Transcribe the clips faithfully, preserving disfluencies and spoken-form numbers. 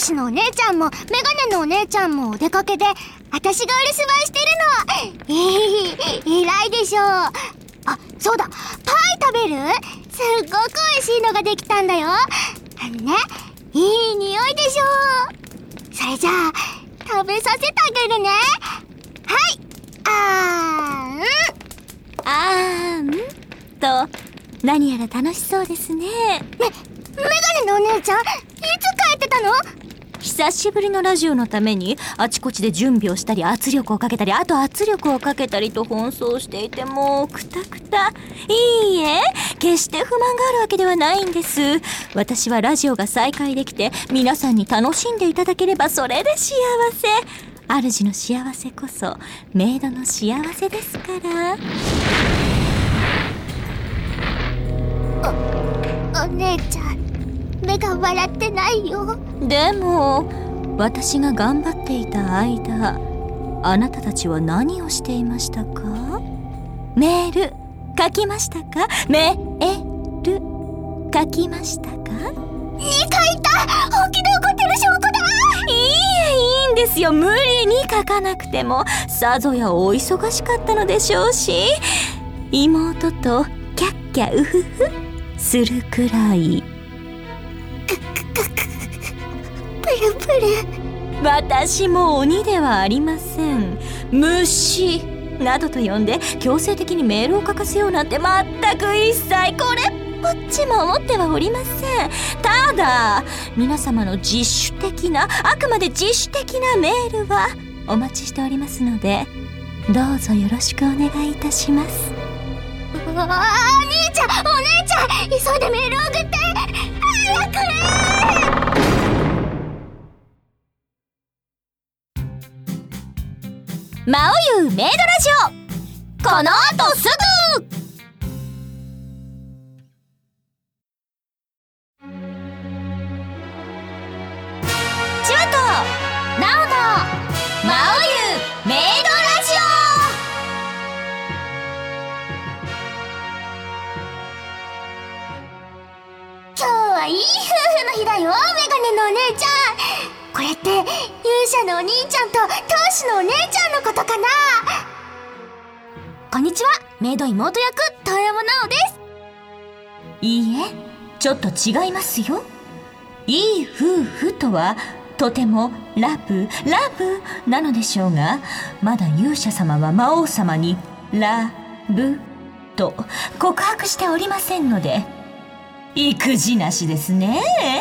しのお姉ちゃんもメガネのお姉ちゃんもお出かけで、私がお留守番してるの。えー、偉いでしょう。あ、そうだ、パイ食べる？すっごく美味しいのができたんだよ。あのね、いい匂いでしょう。それじゃあ食べさせてあげるね。はい、あーんあーんと、何やら楽しそうですね。 め、メガネのお姉ちゃん、いつ帰ってたの？ 久しぶりのラジオのためにあちこちで準備をしたり、圧力をかけたり、あと圧力をかけたりと奔走していて、もうクタクタ。いいえ、決して不満があるわけではないんです。私はラジオが再開できて皆さんに楽しんでいただければそれで幸せ。主の幸せこそメイドの幸せですから。 お、お姉ちゃん、目が笑ってないよ。 でも私が頑張っていた間、あなたたちは何をしていましたか？メール書きましたか？メール書きましたか？ に書いた。本気で怒ってる証拠だ。 いいえ、いいんですよ。無理に書かなくても、さぞやお忙しかったのでしょうし、妹とキャッキャウフフするくらい。 プルプル。 私も鬼ではありません。虫などと呼んで強制的にメールを書かせようなんて全く一切これっぽっちも思ってはおりません。ただ皆様の自主的な、あくまで自主的なメールはお待ちしておりますので、どうぞよろしくお願いいたします。 うわあ、兄ちゃん、お姉ちゃん、急いでメール送って。早くね。 魔王ゆうメイドラジオ、この後すぐ。チワとナオの魔王ゆうメイドラジ今日はいい夫婦の日だよ、メガネのお姉ちゃん。これって勇者のお兄ちゃんと闘士のお姉ちゃんのことかな。こんにちは、メイド妹役遠山奈緒です。 いいえ、ちょっと違いますよ。いい夫婦とはとてもラブラブなのでしょうが、まだ勇者様は魔王様にラブと告白しておりませんので、育児なしですね。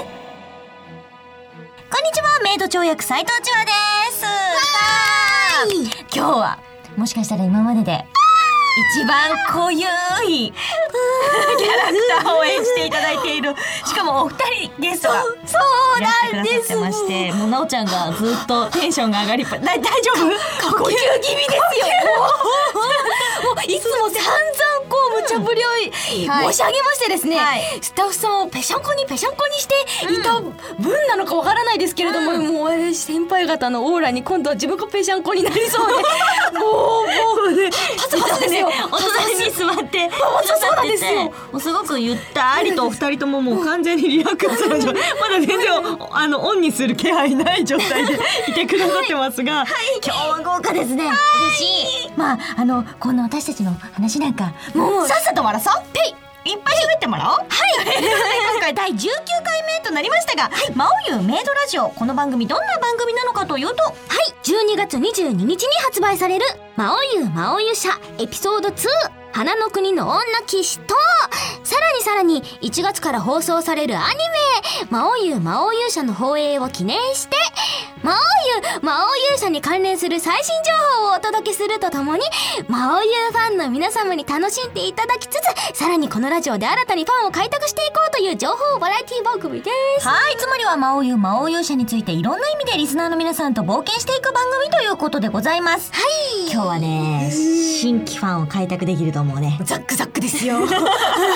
こんにちは、メイド長役斉藤千和です。今日はもしかしたら今までで一番濃ゆいキャラクターを演じていただいている、しかもお二人ゲストがいらしてくださってまして、もうなおちゃんがずっとテンションが上がりっぱ大丈夫？呼吸気味ですよ。もういつも散々こう無茶ぶりを申し上げましてですね、はい、スタッフさんをぺしゃんこにぺしゃんこにしていた分なのかわからないですけれども、うん、もう私先輩方のオーラに今度は自分がぺしゃんこになりそうでもうもうねパツパツですよ。お隣に座ってそうなんですよ。もうすごくゆったりとお二人とももう完全にリラックスの状態、まだ全然あのオンにする気配ない状態でいてくださってますが、はいはい、今日は豪華ですね。嬉しい。まああのこんな私たちの話なんかもうさっさと終わらそう。いっぱい喋ってもらおう。はい今回だいじゅうきゅうかいめとなりましたが、はい、魔王ゆうメイドラジオ、この番組どんな番組なのかというと、はい、 じゅうにがつにじゅうににちに発売される魔王ゆう魔王勇者エピソードツー、花の国の女騎士と、さらにさらにいちがつから放送されるアニメ魔王ゆう魔王勇者の放映を記念して、魔王ゆう魔王勇者に関連する最新情報をお届けするとともに、魔王ゆうファンの皆様に楽しんでいただきつつ、さらにこのラジオで新たにファンを開拓していこうという情報バラエティ番組です。 はい、つまりは魔王ゆう魔王勇者についていろんな意味でリスナーの皆さんと冒険していく番組ということでございます。 はい、 今日はね、新規ファンを開拓できると思うね。 ザックザックですよ皆さん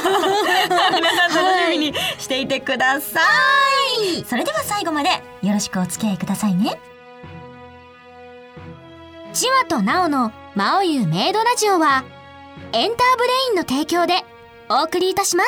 楽しみにしていてください、はい、それでは最後までよろしくお付き合いくださいね。 チワとナオの魔王ゆうメイドラジオはエンターブレインの提供でお送りいたします。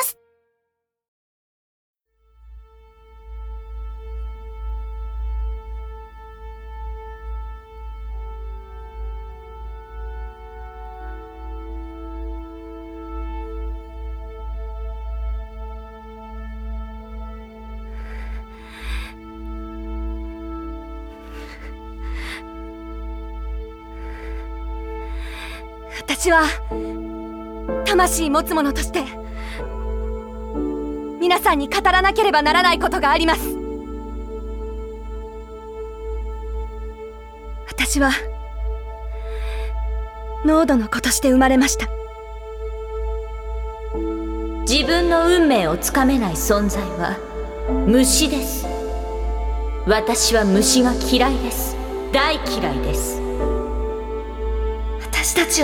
私は魂持つ者として皆さんに語らなければならないことがあります。私はノードの子として生まれました。 自分の運命をつかめない存在は虫です。私は虫が嫌いです。大嫌いです。 私たちを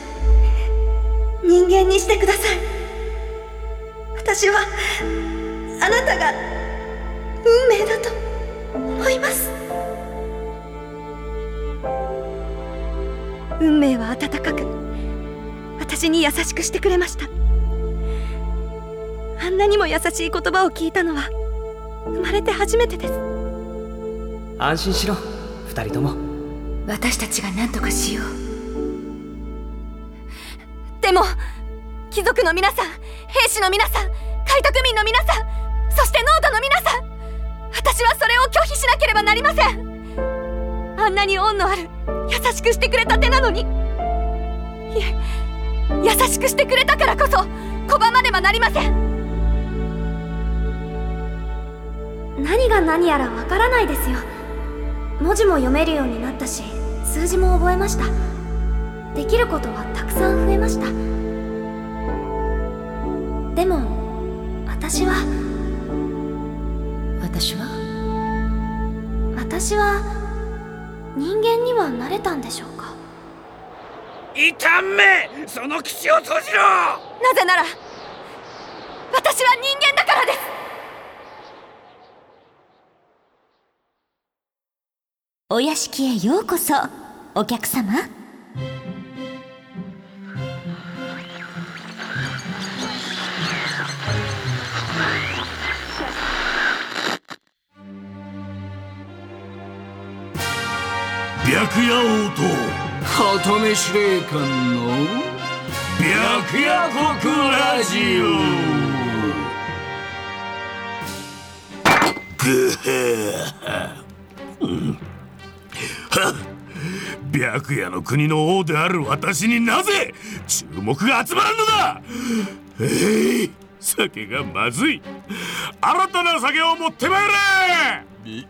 人間にしてください。私はあなたが運命だと思います。運命は温かく私に優しくしてくれました。あんなにも優しい言葉を聞いたのは生まれて初めてです。 安心しろ、二人とも。 私たちが何とかしよう。でも貴族の皆さん、兵士の皆さん、開拓民の皆さん、そしてノードの皆さん、私はそれを拒否しなければなりません。あんなに恩のある優しくしてくれた手なのに、いえ、優しくしてくれたからこそ拒まねばなりません。何が何やらわからないですよ。文字も読めるようになったし、数字も覚えました。できることはたくさん増えました。でも私は私は私は人間にはなれたんでしょうか。 いたんめ、その口を閉じろ。 なぜなら私は人間だからです。 お屋敷へようこそ、お客様。 白夜王と鳩目司令官の白夜国ラジオ。ぐへー白夜の国の王である私になぜ注目が集まるのだ。えー、酒がまずい。新たな酒を持ってまいれ。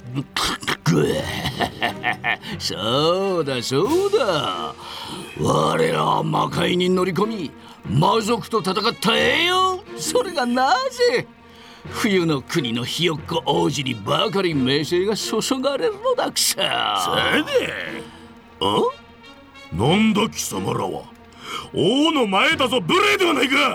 そうだそうだ、我らは魔界に乗り込み魔族と戦った栄養。それがなぜ冬の国のひよっこ王子にばかり名声が注がれるのだくさ。それであなんだ貴様らは。王の前だぞ無礼ではないか。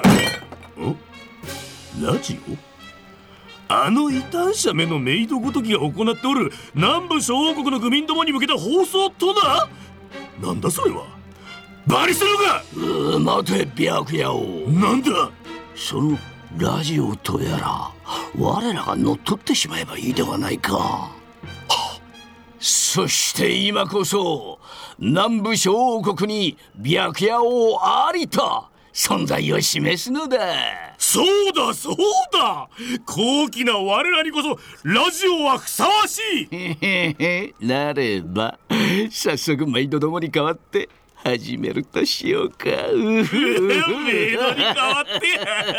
ラジオ、あの異端者めのメイドごときが行っておる南部小王国の愚民どもに向けた放送とだ。なんだそれは。バカにしてるのか。うー待て白夜王。なんだそのラジオとやら、我らが乗っ取ってしまえばいいではないか。そして今こそ南部小王国に白夜王ありと存在を示すのだ。そうだそうだ、高貴な我らにこそラジオはふさわしい。へへへ、なれば早速メイドどもに代わって始めるとしようか。メイドに代わって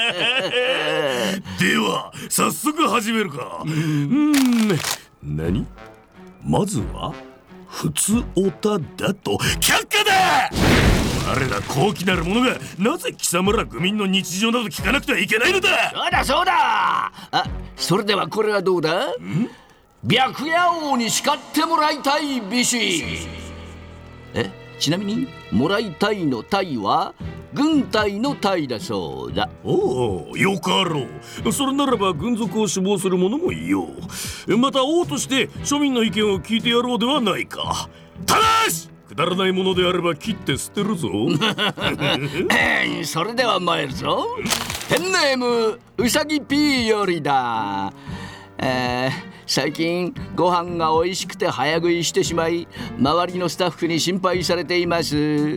では早速始めるか。うーん、何、まずはふつおただと。却下だ。我ら高貴なる者がなぜ貴様ら愚民の日常など聞かなくてはいけないのだ。そうだそうだ。あ、それではこれはどうだ。白夜王に叱ってもらいたい美士。え、ちなみにもらいたいの隊は軍隊の隊だそうだ。おお、よかろう。それならば軍属を志望する者もいよう。また王として庶民の意見を聞いてやろうではないか。ただしくだらないものであれば切って捨てるぞ。それでは参るぞ。ペンネームうさぎ P よりだ。えー、最近ご飯が美味しくて早食いしてしまい周りのスタッフに心配されています。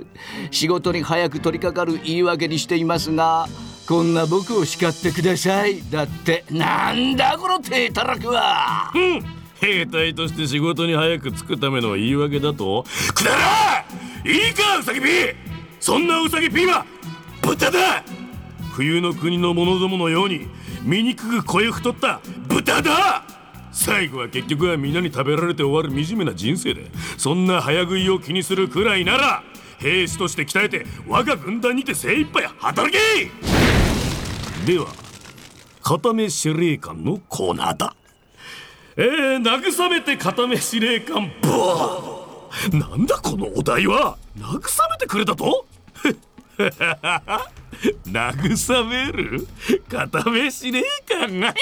仕事に早く取り掛かる言い訳にしていますが、こんな僕を叱ってくださいだって。なんだこの手たらくは。うん、兵隊として仕事に早く着くための言い訳だと。くだらいいかウサギ P、 そんなウサギピーは豚だ。冬の国の者どものように醜く肥え太った豚だ。最後は結局は皆に食べられて終わる惨めな人生で、そんな早食いを気にするくらいなら兵士として鍛えて我が軍団にて精一杯働け。では片目司令官のコーナーだ。えー、慰めて片目司令官ボー。なんだこのお題は。慰めてくれたと慰める片目司令官が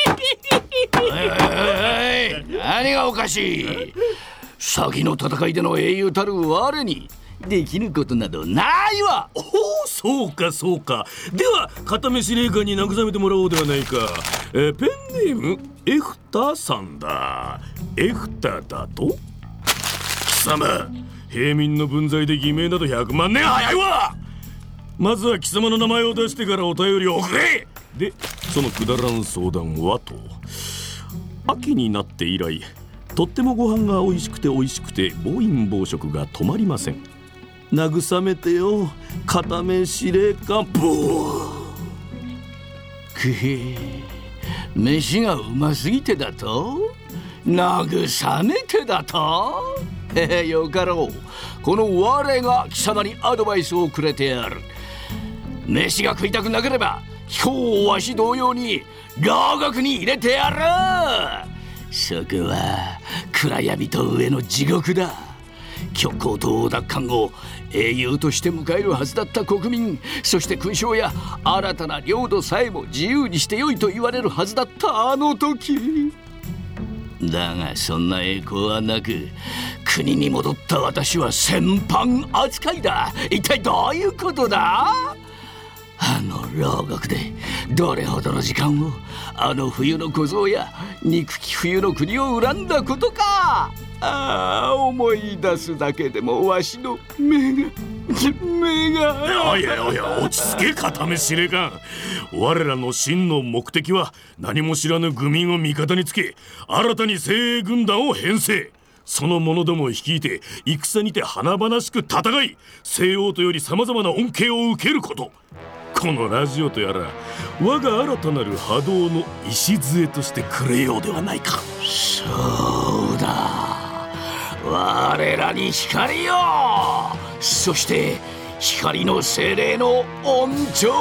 何がおかしい。先の戦いでの英雄たる我にできることなどないわ。 おお、そうかそうか。では片目司令官に慰めてもらおうではないか。えー、ペンネームエフタさんだ。エフタだと貴様、平民の分際で偽名などひゃくまん年早いわ。まずは貴様の名前を出してからお便りを送れ。で、そのくだらん相談はと、秋になって以来とってもご飯が美味しくて美味しくて暴飲暴食が止まりません。慰めてよ片目司令官ボー。 くへ、飯がうますぎてだと。慰めてだと。へへ、よかろう。この我が貴様にアドバイスをくれてやる。飯が食いたくなければ今日わし同様に牢獄に入れてやる。そこは暗闇と上の地獄だ。極光島奪還後英雄として迎えるはずだった国民、そして勲章や新たな領土さえも自由にしてよいと言われるはずだったあの時だが、そんな栄光はなく、国に戻った私は戦犯扱いだ。一体どういうことだ。あの牢獄でどれほどの時間をあの冬の小僧や憎き冬の国を恨んだことか。ああ、思い出すだけでもわしの目が目が。 おいおいおい、落ち着け片目司令官。我らの真の目的は何も知らぬ愚民を味方につけ、新たに精鋭軍団を編成、その者どもを率いて戦にて華々しく戦い、西欧とよりさまざまな恩恵を受けること。このラジオとやら我が新たなる波動の礎としてくれようではないか。 そうだ、我らに光よ、そして光の精霊の恩寵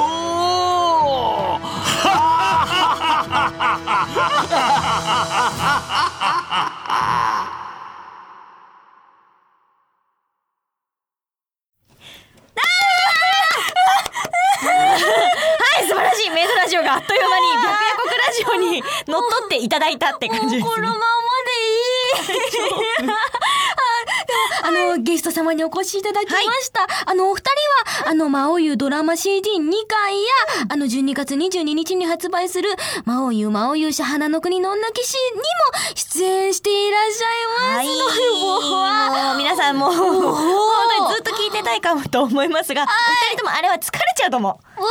はい、素晴らしいメイドラジオがあっという間に白夜国ラジオに乗っ取っていただいたって感じですね。 このままでいいあのゲスト様にお越しいただきました、はい、あのお二人はあの魔王優ドラマ シーディーに 回やあのじゅうにがつにじゅうににちに発売する魔王優魔王勇者花の国の女騎士にも出演していらっしゃいます、 はい、もう皆さんも本当にずっと聞いてたいかもと思いますが、お二人ともあれは疲れちゃうと思う。 でも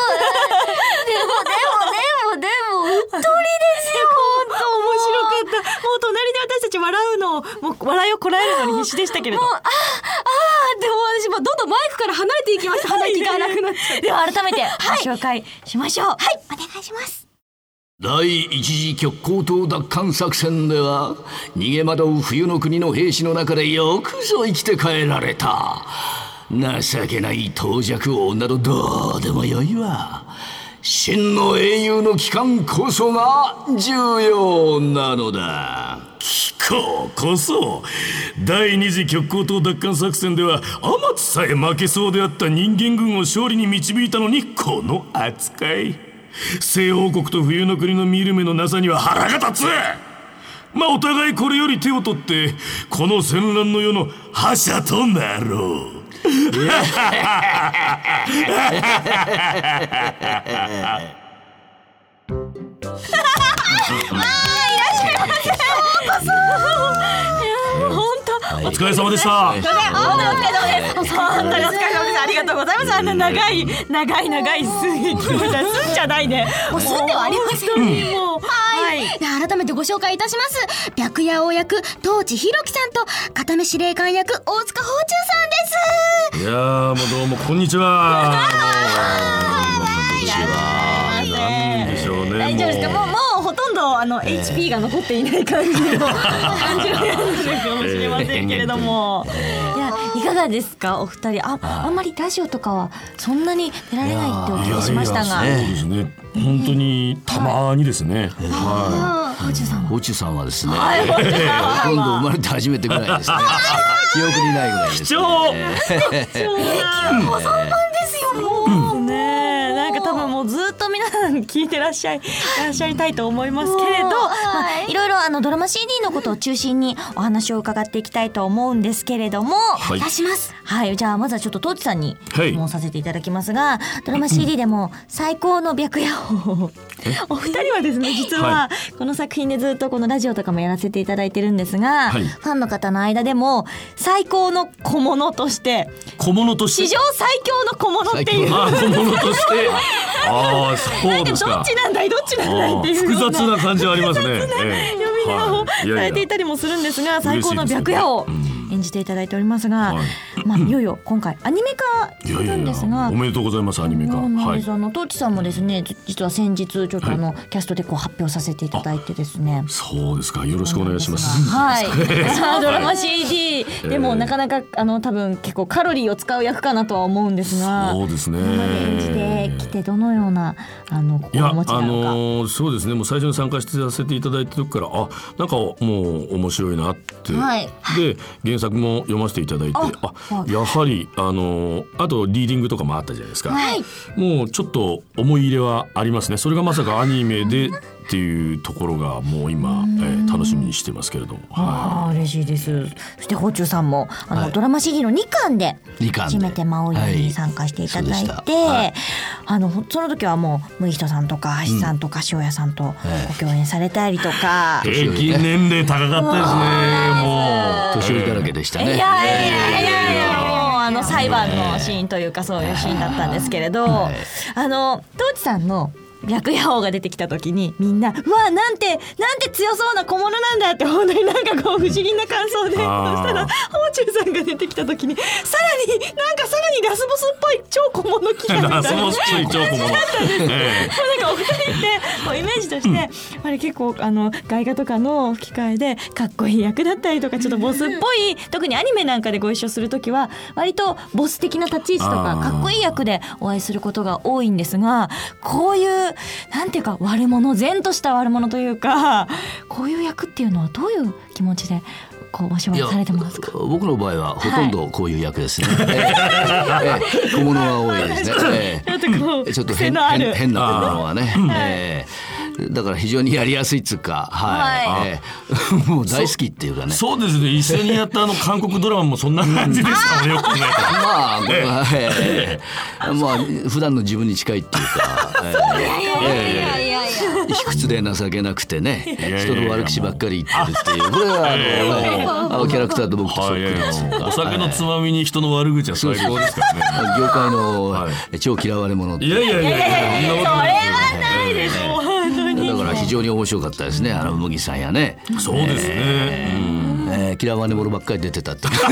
でもでもでもうっとりですよ。 本当面白かった。もう隣で私たち笑うのをもう笑いをこらえるのに必死でしたけれど、 もうああでも私もどんどんマイクから離れていきました。鼻息が荒くなっちゃう。 では改めてご紹介しましょう。 はい、お願いします。 第一次極光島奪還作戦では逃げ惑う冬の国の兵士の中でよくぞ生きて帰られた。情けない到着王などどうでもよいわ。真の英雄の帰還こそが重要なのだ。 帰還こそ。第二次極光島奪還作戦では天津さえ負けそうであった人間軍を勝利に導いたのにこの扱い。西欧国と冬の国の見る目のなさには腹が立つ。まあお互いこれより手を取ってこの戦乱の世の覇者となろう。まあいらっしゃいませ。ようこそ。本当お疲れ様でした。 本当にお疲れ様です。本当にお疲れ様です。ありがとうございます。あんな長い長い長い寸劇を出すんじゃないね。 もう済んではありません。 もうはい、改めてご紹介いたします。白夜王役東地弘樹さんと片目司令官役大塚芳忠さんです。 いやーもうどうもこんにちは。 こんにちは。 なんでしょうね。 大丈夫ですか。もうもうほとんどあの エイチピー が残っていない感じの感じのやつかもしれませんけれども、いやいかがですかお二人。ああんまりラジオとかはそんなに出られないってお聞きしましたが。 いやいやそうですね。本当にたまにですね。はい。 芳忠さんは。 芳忠さんはですね。今度生まれて初めてぐらいですね。記憶にないぐらいですね。 貴重。 貴重なご存分ですよ。もうね。なんか多分もうずっと皆さん聞いてらっしゃいらっしゃいたいと思いますけれど、まあ、いろいろあのドラマ シーディー のことを中心にお話を伺っていきたいと思うんですけれども、 はい、 出します。 はい、じゃあまずはちょっとトーチさんにはい質問させていただきますが、ドラマ シーディー でも最高の白夜王お二人はですね、実はこの作品でずっとこのラジオとかもやらせていただいてるんですが、はい、ファンの方の間でも最高の小物として小物として史上最強の小物っていうあ小物としてああそうですか。 どっちなんだいどっちなんだいっていう複雑な感じはありますね。 呼び名をされていたりもするんですが、最高の白夜を演じていただいておりますが、まあいよいよ今回アニメ化なんですが、 おめでとうございます。アニメ化。はい。 あのトーチさんもですね、実は先日ちょっとあのキャストでこう発表させていただいてですね。 そうですか。よろしくお願いします。 はい。ドラマ シーディー でもなかなかあの多分結構カロリーを使う役かなとは思うんですが、 そうですね。 今まで演じてきてどのようなあの心持ちなのか。 いやあのー、そうですね。もう最初に参加してさせていただいた時から、あなんかもう面白いなって、はい、で原作も読ませていただいて、あ, あやはりあのー、あとリーディングとかもあったじゃないですか。はい、もうちょっと思い入れはありますね。それがまさかアニメでっていうところがもう今、えー、楽しみにしてますけれども、 はい、あ嬉しいです。そして芳忠さんもあの、はい、ドラマ シーディー のにかんで初めて魔王湯に参加していただいて、はいはい、あのその時はもう麦人さんとか橋さんとか塩谷さんとご共演されたりとか、 うん、平均年齢高かったですね。もう年寄りだらけでしたね。 いやいやいやいやいやもうあの裁判のシーンというかそういうシーンだったんですけれど、はい、あの東地さんの白夜王が出てきた時にみんなうわなんてなんて強そうな小物なんだって本当になんかこう不思議な感想で、そしたら芳忠さんが出てきた時にさらになんかさらにラスボスっぽい超小物来たみたいなラスボスっぽい超小物、えー、 もうなんかお二人ってこうイメージとして、うん、あれ結構あの外画とかの吹き替えでかっこいい役だったりとかちょっとボスっぽい特にアニメなんかでご一緒する時は割とボス的な立ち位置とかかっこいい役でお会いすることが多いんですが、こういうなんていうか悪者善とした悪者というかこういう役っていうのはどういう気持ちでこうお芝居されてますか？ 僕の場合はほとんどこういう役ですね。はい、えー、小物が多いですね。えー、ちょっと変な変変な小物はね。えー、だから非常にやりやすいっつうか、はい、えー、もう大好きっていうかね。 そ, そうですね。一緒にやったあの韓国ドラマもそんな感じですかね。よくね。 まあ、えー、まあ普段の自分に近いっていうか。えー、えー卑屈で情けなくてね、人の悪口ばっかり言ってるっていう、これはあの、あのキャラクターと僕とそっくりですよ。 お酒のつまみに人の悪口は最高ですからね。 業界の超嫌われ者って。 いやいやいやいや、 それはないですよ。 だから非常に面白かったですね。あの麦さんやね。 そうですね。 えー、嫌われ者ばっかり出てたって先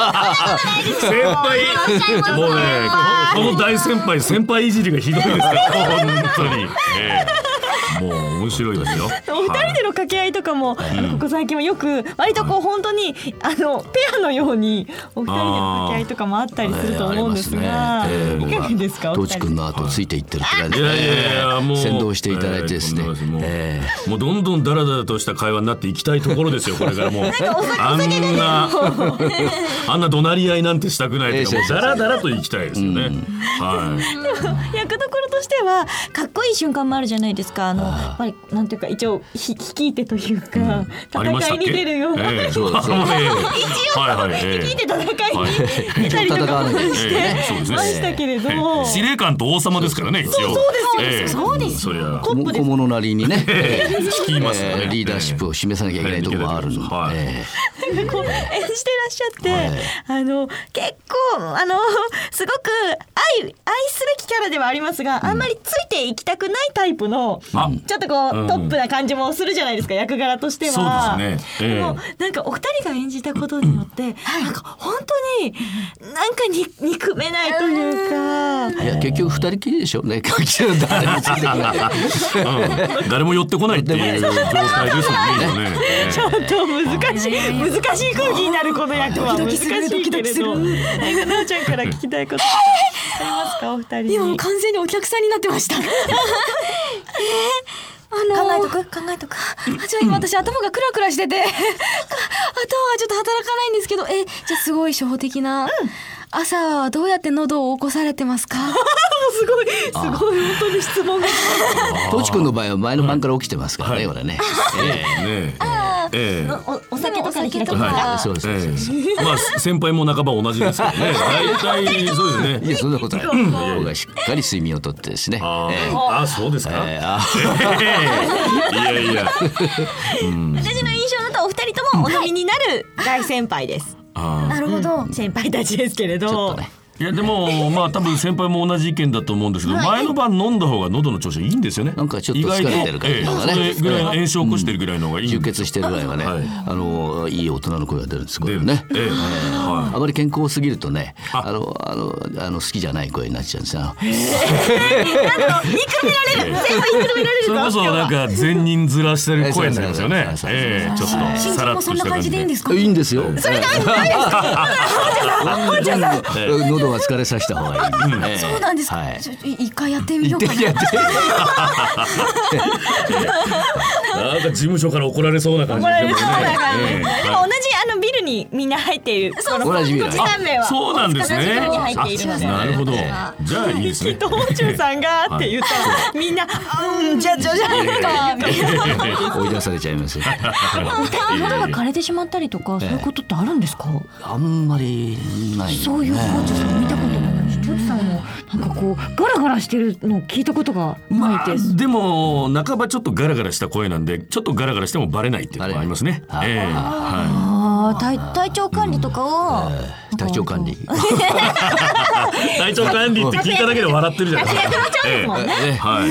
輩もうねこの大先輩先輩いじりがひどいですよ本当に、えー、もう面白いですよ。 お二人での掛け合いとかも、はい、あのここ最近もよく割とこう本当にあのペアのようにお二人での掛け合いとかもあったりすると思うんですが、えーねえー、いかがですか？ 東地君の後ついていってるって感じで、いやいやいやもう先導していただいてですね、えーもうえー、もうどんどんダラダラとした会話になっていきたいところですよこれからもうあんなあんな怒鳴り合いなんてしたくないというか、もうダラダラといきたいですよね、うん、はい。 でも役どころとしてはかっこいい瞬間もあるじゃないですか。あのやっぱりなんていうか一応率いてというか、うん、戦いに出るような、 えー、そうそう一応率いて戦いに出たりとかもしてましたけれども、 司令官と王様ですからね一応。 そうですよ、そうですよ。 小物なりにね、 聞きますよね。 リーダーシップを示さなきゃいけないところもあるので、 なんかこう演じてらっしゃって、はい、あの結構あのすごく愛愛すべきキャラではありますが、うん、あんまりついていきたくないタイプの、うん、ちょっとこう、うん、トップな感じもするじゃないですか、役柄としては。 そうですね、えー、 でもなんかお二人が演じたことによって、うん、なんか本当になんかに憎めないというか、 いや結局二人きりでしょうね。誰もついてこない、 うん、誰も寄ってこないっていう状態ですもんね。 ちょっと難しい難しい空気になるこの役は難しいけれど、なおちゃんから聞きたいことありますか、お二人に。 今完全にお客さんになってました。えーあのー、 考えとく考えとくあじゃあ今私頭がクラクラしてて頭がちょっと働かないんですけど、えじゃあすごい初歩的な、うん、朝はどうやって喉を起こされてますか？ すごいすごい本当に質問がトチ君の場合は前の晩から起きてますからね、これね。 お酒とかで開けたそうですそうです。 まあ先輩も半ば同じですからね。大体そうですね。 いやそんなことない。僕がしっかり睡眠をとってですね。 ああそうですか。いやいや。 私の印象だとお二人ともお飲みになる大先輩です。 なるほど。 先輩たちですけれど。 ちょっとね。 いやでもまあ多分先輩も同じ意見だと思うんですけど、前の晩飲んだ方が喉の調子いいんですよね。 なんかちょっと疲れてる感じがね、 それぐらいの炎症を起こしてるぐらいの方がいい、 充血してるぐらいはね、あのいい大人の声が出るんですこれね。あまり健康すぎるとね、あのあのあの好きじゃない声になっちゃうんですよ。 言いくるめられる、全部言いくるめられる。 それこそなんか善人ずらしてる声になりますよね。ええちょっとさらっとした感じで。 いいんですか？ いいんですよ。 それがいいんですか？ 喉は疲れさせた方がいい。 そうなんですか。一回やってみようかな。 なんか事務所から怒られそうな感じ。 怒られそうな感じ。でも同じあのビルにみんな入っている。 同じビル。 そうなんですね。なるほど。じゃあいいですね。 きっと本中さんがって言ったらみんなうんじゃじゃじゃか追い出されちゃいます。 喉が枯れてしまったりとかそういうことってあるんですか？ あんまりない。 そういう本中さん見たことない。トチさんもなんかこうガラガラしてるのを聞いたことがないです。 まあ、でも半ばちょっとガラガラした声なんで、ちょっとガラガラしてもバレないっていうのがありますね。えー、 はい。体体調管理とかは、 えー、体調管理体調管理って聞いただけで笑ってるじゃないですか。 えーはい、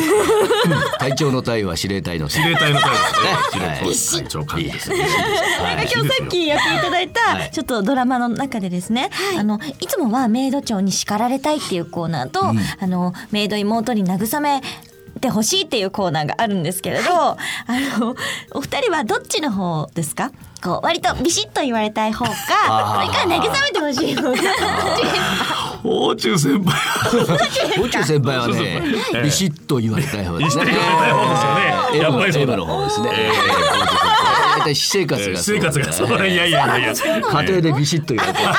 体調の体は司令隊の司令隊の体ですね。 体調管理です。 なんか今日さっきやっていただいたちょっとドラマの中でですね、はい、あのいつもはメイド長に叱られたいっていうコーナーと、うん、あのメイド妹に慰めてほしいっていうコーナーがあるんですけれど、あのお二人はどっちの方ですか？こう割とビシッと言われたい方か、それから慰めてほしい方か。 宝中先輩宝中先輩はねビシッと言われたい方ですね。 ビシッと言われたい方ですよね。やっぱりそうだ。 の方ですね。大体私生活が生活がそれいやいやいや家庭でビシッと言われてる。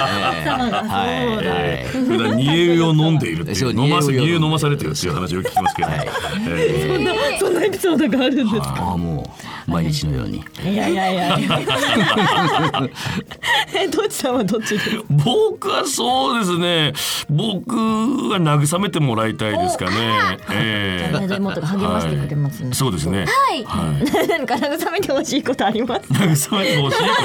はい。普段煮え湯を飲んでいるっていう飲ませ煮え湯飲まされてるっていう話を聞きますけど。 そんなそんなエピソードがあるんですか？ ああもう毎日のように。 いやいやいや。えどっちさんはどっちですか？ 僕はそうですね。僕は慰めてもらいたいですかね。ええ。妹が励ましてくれますね。 そうですね。 はい。 何か慰めてほしいことあります？ 慰めてほしいこと。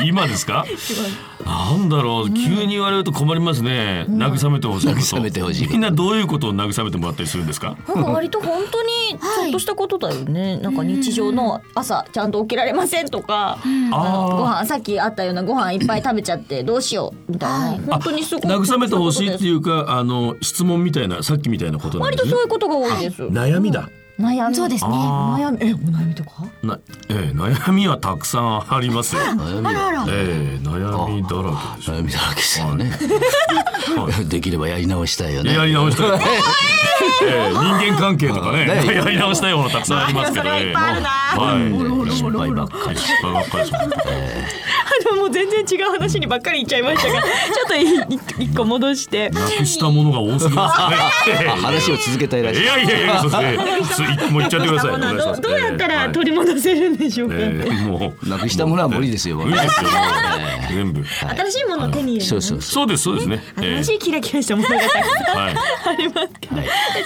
今ですか？なんだろう、急に言われると困りますね。慰めてほしいこと。 慰めてほしい。 みんなどういうことを慰めてもらったりするんですか？ なんか割と本当にちょっとしたことだよね。なんか日常の朝ちゃんと起きられませんとか、ご飯さっきあったようなご飯いっぱい食べちゃってどうしようみたいな。本当にすごく慰めてほしいっていうか、あの質問みたいなさっきみたいなことなんですね。 割とそういうことが多いです。 悩みだ。 悩みそうですね。 悩みえお悩みとか？ なえー、悩みはたくさんありますよ。 悩みはえー、悩みだらけでしょ。 悩みだらけですよね。できればやり直したいよね。 やり直したい。えー、人間関係とかね、ねやり直したいものたくさんありますけどね。はい。失敗ばっかり失敗ばっかりです。 あのもう全然違う話にばっかり言っちゃいましたが、ちょっと一個戻して。 なくしたものが多すぎますね。 話を続けたいらしい。 いやいやいや、そうですね。もう言っちゃってください。 ど, どうやったら取り戻せるんでしょうか。えー、もうなくしたものは無理ですよ。 無理ですよ。全部。 新しいものを手に入れる。 そうそうそうですそうですね。 新しいキラキラしたものがたくさんありますけど。じゃ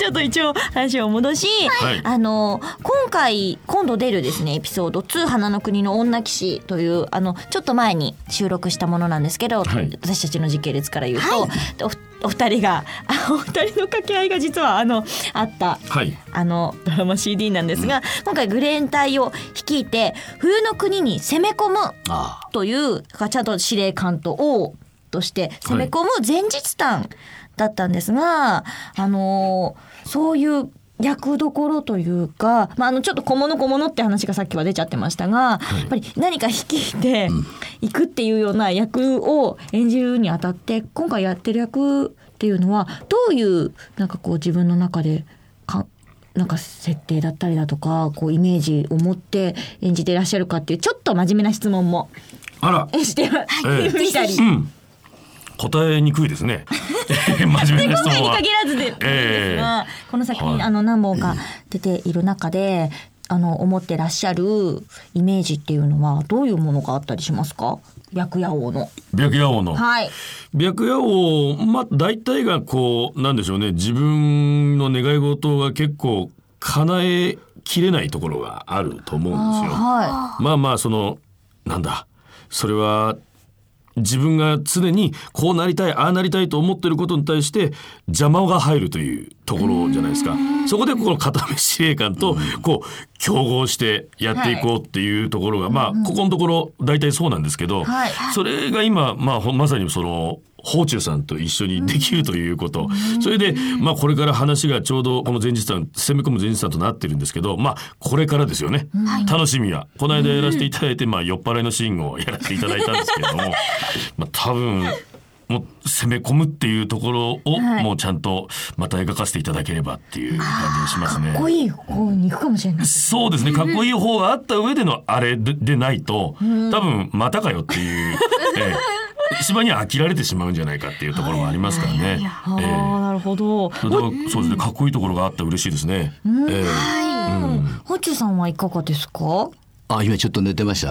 ちょっと一応話を戻し、 はい、 あの今回今度出るですねエピソードツー花の国の女騎士というあのちょっと前に収録したものなんですけど、 はい、 私たちの時系列から言うと、はい、お, お二人がお二人の掛け合いが実はあのあった、はい、あのドラマ シーディー なんですが、うん、今回グレーン隊を率いて冬の国に攻め込むというちゃんと司令官と王として攻め込む前日譚だったんですが、はい、あのそういう役どころというか、まあ、あのちょっと小物小物って話がさっきは出ちゃってましたが、はい、やっぱり何か率いていくっていうような役を演じるにあたって今回やってる役っていうのはどういうなんかこう自分の中でかなんか設定だったりだとかこうイメージを持って演じていらっしゃるかっていうちょっと真面目な質問もあらしてみたり、 うん、答えにくいですね真面目な質問は今回に限らずでですが、えー、この作品、はい、あの何本か出ている中であの思ってらっしゃるイメージっていうのはどういうものがあったりしますか？白夜王の白夜王の、 はい、 白夜王、まあ、大体がこうなんでしょうね自分の願い事が結構叶えきれないところがあると思うんですよ。あ、はい、まあまあそのなんだそれは自分が常にこうなりたいああなりたいと思っていることに対して邪魔が入るというところじゃないですか。そこでこの片目司令官とこう競合してやっていこうっていうところが、はい、まあここのところ大体そうなんですけど、はい、それが今、まあ、まさにその宝中さんと一緒にできるということ、うん、それで、まあ、これから話がちょうどこの前日譚攻め込む前日譚となってるんですけど、まあ、これからですよね、うん、楽しみはこの間やらせていただいて、まあ、酔っ払いのシーンをやらせていただいたんですけれどもまあ多分もう攻め込むっていうところをもうちゃんとまた描かせていただければっていう感じにしますね。 かっこいい方に行くかもしれない。 そうですね、かっこいい方があった上でのあれ で, でないと多分またかよっていう、ええ芝には飽きられてしまうんじゃないかっていうところもありますからね。えー、なるほど。 だからそうですね、かっこいいところがあったら嬉しいですね。 うん、えーはい、うん、ホチュさんはいかがですか？ あ、今ちょっと寝てました。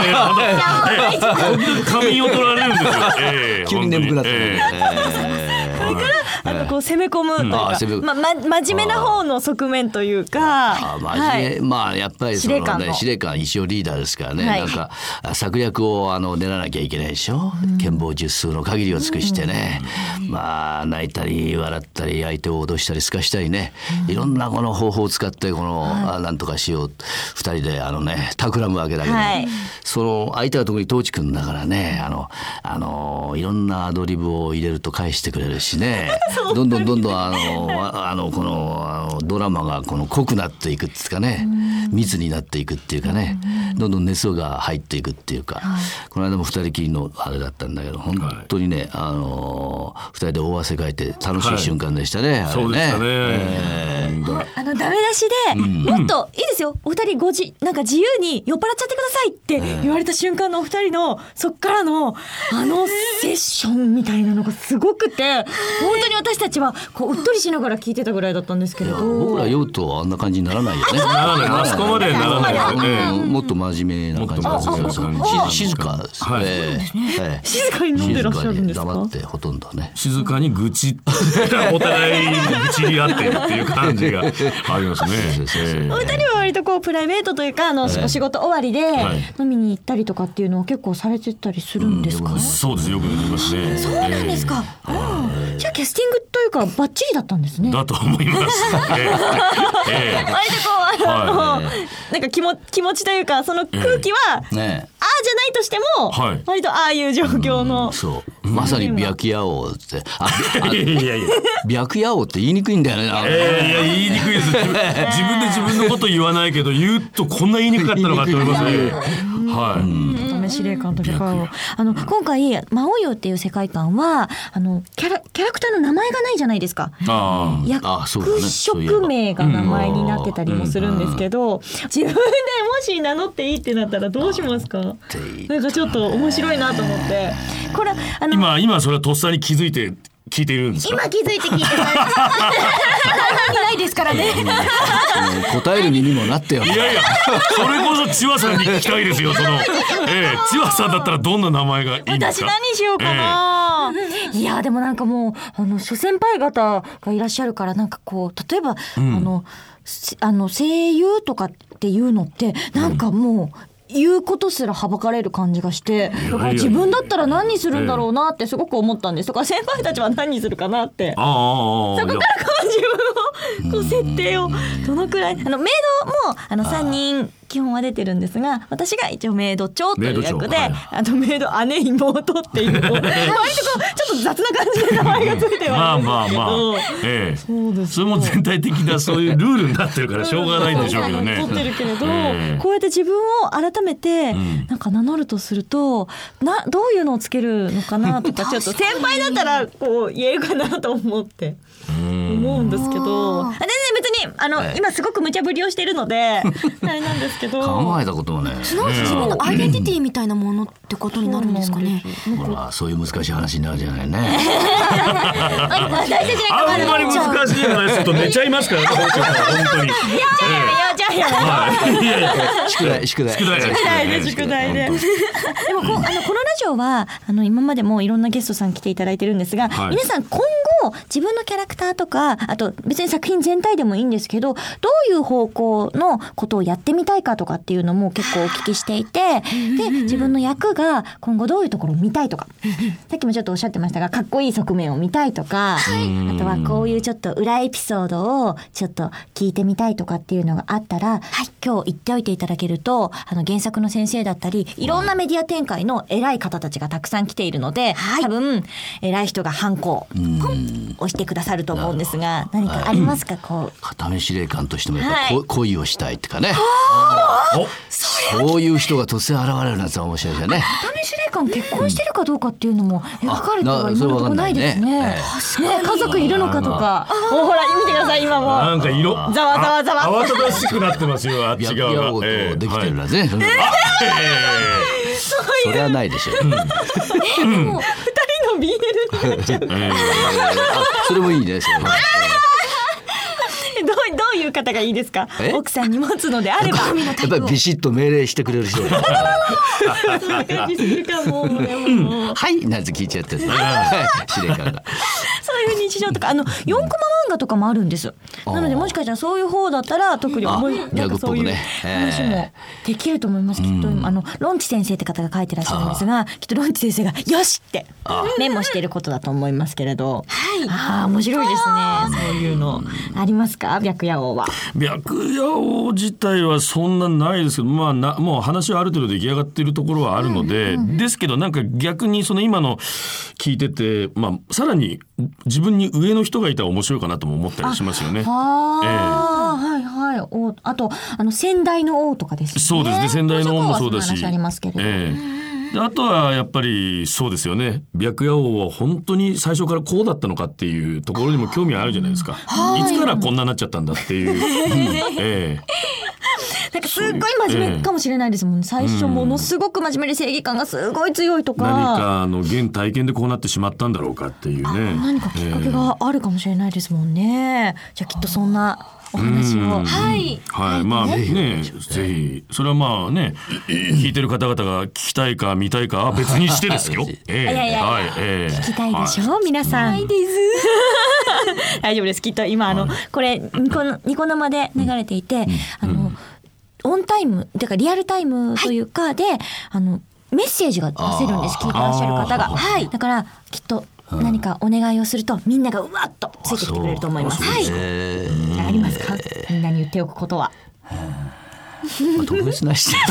仮眠を取られるんですよ。えー、 急に眠くなった、ね。えーあのこう攻め込むというか、うんまま、真面目な方の側面というか、 ああ真面目、はい、まあやっぱりその、ね、司令官司令官一応リーダーですからね、はい、なんか策略をあの練らなきゃいけないでしょ、うん、剣謀術数の限りを尽くしてね、うん、まあ泣いたり笑ったり相手を脅したりすかしたりね、うん、いろんなこの方法を使ってこの、はい、なんとかしよう二人であのね企むわけだけど、はい、その相手は特に東地君だからねあのあのいろんなアドリブを入れると返してくれるしねどんどんどんどんあのあのこのあのドラマがこの濃くなっていくっていうかね、密になっていくっていうかね、どんどん熱が入っていくっていうか、はい、この間も二人きりのあれだったんだけど本当にね、はい、あの二人で大汗かいて楽しい瞬間でしたね、はい、あれね。 そうでしたね、 えー、あのダメ出しで、うん、もっといいですよお二人ごじなんか自由に酔っ払っちゃってくださいって言われた瞬間のお二人のそっからのあのセッションみたいなのがすごくて本当に私たちはこううっとりしながら聞いてたぐらいだったんですけれど、 僕ら酔うとあんな感じにならないよね。 ならない、あそこまでならないですよね。 もっと真面目な感じ、 もっと真面目な感じ、 静かですね、はいえー、静かに飲んでらっしゃるんですか？ 黙ってほとんどね静かに愚痴お互いに愚痴り合ってるっていう感じがありますね。 お二人は割とこうプライベートというかあの、えー、お仕事終わりで飲みに行ったりとかっていうのは結構されてたりするんですか？ うん、そうです、よく出てますね。 そうなんですか、えー、じゃあキャスティングというかバッチリだったんですね。 だと思います、えーえー、割とこうあの、はい、なんか気も気持ちというかその空気は、えーね、ああじゃないとしても、はい、割とああいう状況の、 うん、そうまさに白夜王ってああいやいや白夜王って言いにくいんだよね。 えー、いや言いにくいです。自分で自分のこと言わないけど言うとこんな言いにくかったのかって思いますね。はい。 うん、司令官とかあの今回魔王湯っていう世界観はあのキャラキャラクターの名前がないじゃないですか。あ役職名が名前になってたりもするんですけど、うん、自分でもし名乗っていいってなったらどうしますか？なんかちょっと面白いなと思ってこれあの今今それはとっさに気づいて聞いているんですか？ 今気づいて聞いてますないですからね。 答える身にもなってよ。 いやいや、それこそ千葉さんに聞きたいですよ。その、ええ、千葉さんだったらどんな名前がいいんですか？ 私何しようかな、ええ、いやでもなんかもうあの諸先輩方がいらっしゃるからなんかこう例えば、うん、あのあの声優とかっていうのってなんかもう、うん言うことすらはばかれる感じがしてだから自分だったら何にするんだろうなってすごく思ったんです。とか先輩たちは何にするかなってああそこからこう自分をこう設定をどのくらいあのメイドもあのさんにん基本は出てるんですが私が一応メイド長という役で、はい、あとメイド姉妹っていう割とこうちょっと雑な感じで名前がついてはまあまあまあ、ええ、そうです。それも全体的なそういうルールになってるからしょうがないんでしょうけどね。 取ってるけれど、えー、こうやって自分を改めてなんか名乗るとするとなどういうのをつけるのかなとかちょっと先輩だったらこう言えるかなと思って思うんですけど全然別にあの、はい、今すごく無茶ぶりをしているのであれなんですけど考えたこともね自分のアイデンティティみたいなものってことになるんですかね。 ほらそういう難しい話になるじゃないねあんまり難しい話すると寝ちゃいますからね本当に。いやいやいやいやいや宿題宿題宿題で宿題ででもこうあのこのラジオはあの今までもいろんなゲストさん来ていただいてるんですが、はい、皆さん今後自分のキャラクターとかあと別に作品全体でもいいんですけどどういう方向のことをやってみたいかとかっていうのも結構お聞きしていてで自分の役が今後どういうところを見たいとかさっきもちょっとおっしゃってましたがかっこいい側面を見たいとか、はい、あとはこういうちょっと裏エピソードをちょっと聞いてみたいとかっていうのがあったら、はい、今日言っておいていただけるとあの原作の先生だったりいろんなメディア展開の偉い方たちがたくさん来ているので、はい、多分偉い人がハンコを押してくださると思うんですが何かありますか、はい、こう片目司令官としてもやっぱ、はい、恋をしたいっていうかねそういう人が突然現れるなんて面白いですよね。 片目司令官結婚してるかどうかっていうのも描かれては今のところないですね。ね家族いるのかとかもうほら見てください今もなんか色ざわざわざわ慌ただしくなってますよあっち側が、 えー、できてるなね、はいえー、それはないでしょう、うん、 でもふたりの ビーエル になっちゃう、えー、 それもいいねそれもどう、どういう方がいいですか奥さんに持つのであればやっぱりビシッと命令してくれる人そういう感じするかも、 うん、はいなんて聞いちゃって司令官がそういう日常とかあのよんコマ漫画とかもあるんです。なのでもしかしたらそういう方だったら特に思いなんかそういう話もできると思います、きっとあのロンチ先生って方が書いてらっしゃるんですがきっとロンチ先生がよしってメモしてることだと思いますけれど、はい、あ面白いですね。そういうのありますか白夜王は。 白夜王自体はそんなないですけど、まあ、なもう話はある程度出来上がっているところはあるので、うんうんうん、ですけどなんか逆にその今の聞いてて、まあ、さらに自分に上の人がいたら面白いかなとも思ったりしますよね。 あ、えー、はいはいおあとあの先代の王とかですね。 そうですね先代の王もそうだしありますけれど、 えー、であとはやっぱりそうですよね白夜王は本当に最初からこうだったのかっていうところにも興味あるじゃないですか。いつからこんなになっちゃったんだっていう、うんえーなんかすっごい真面目かもしれないですもんね。最初ものすごく真面目で正義感がすごい強いとか、 何かの原体験でこうなってしまったんだろうかっていうね何かきっかけがあるかもしれないですもんね。じゃあきっとそんなお話をはい、 はい、まあねぜひそれはまあね聞いてる方々が聞きたいか見たいかは別にしてですよ。えー、いやいや、はいえー、聞きたいでしょ、はい、皆さん。ないです大丈夫です。きっと今あの、はい、これニコ、ニコ生で流れていて、うん、あの、うんオンタイムだからリアルタイムというかで、はい、あのメッセージが出せるんです。聞いてらっしゃる方が、はい、だからきっと何かお願いをするとみんながうわっとついてきてくれると思います。はい、ありますかみんなに言っておくことは。 まあ、特別なし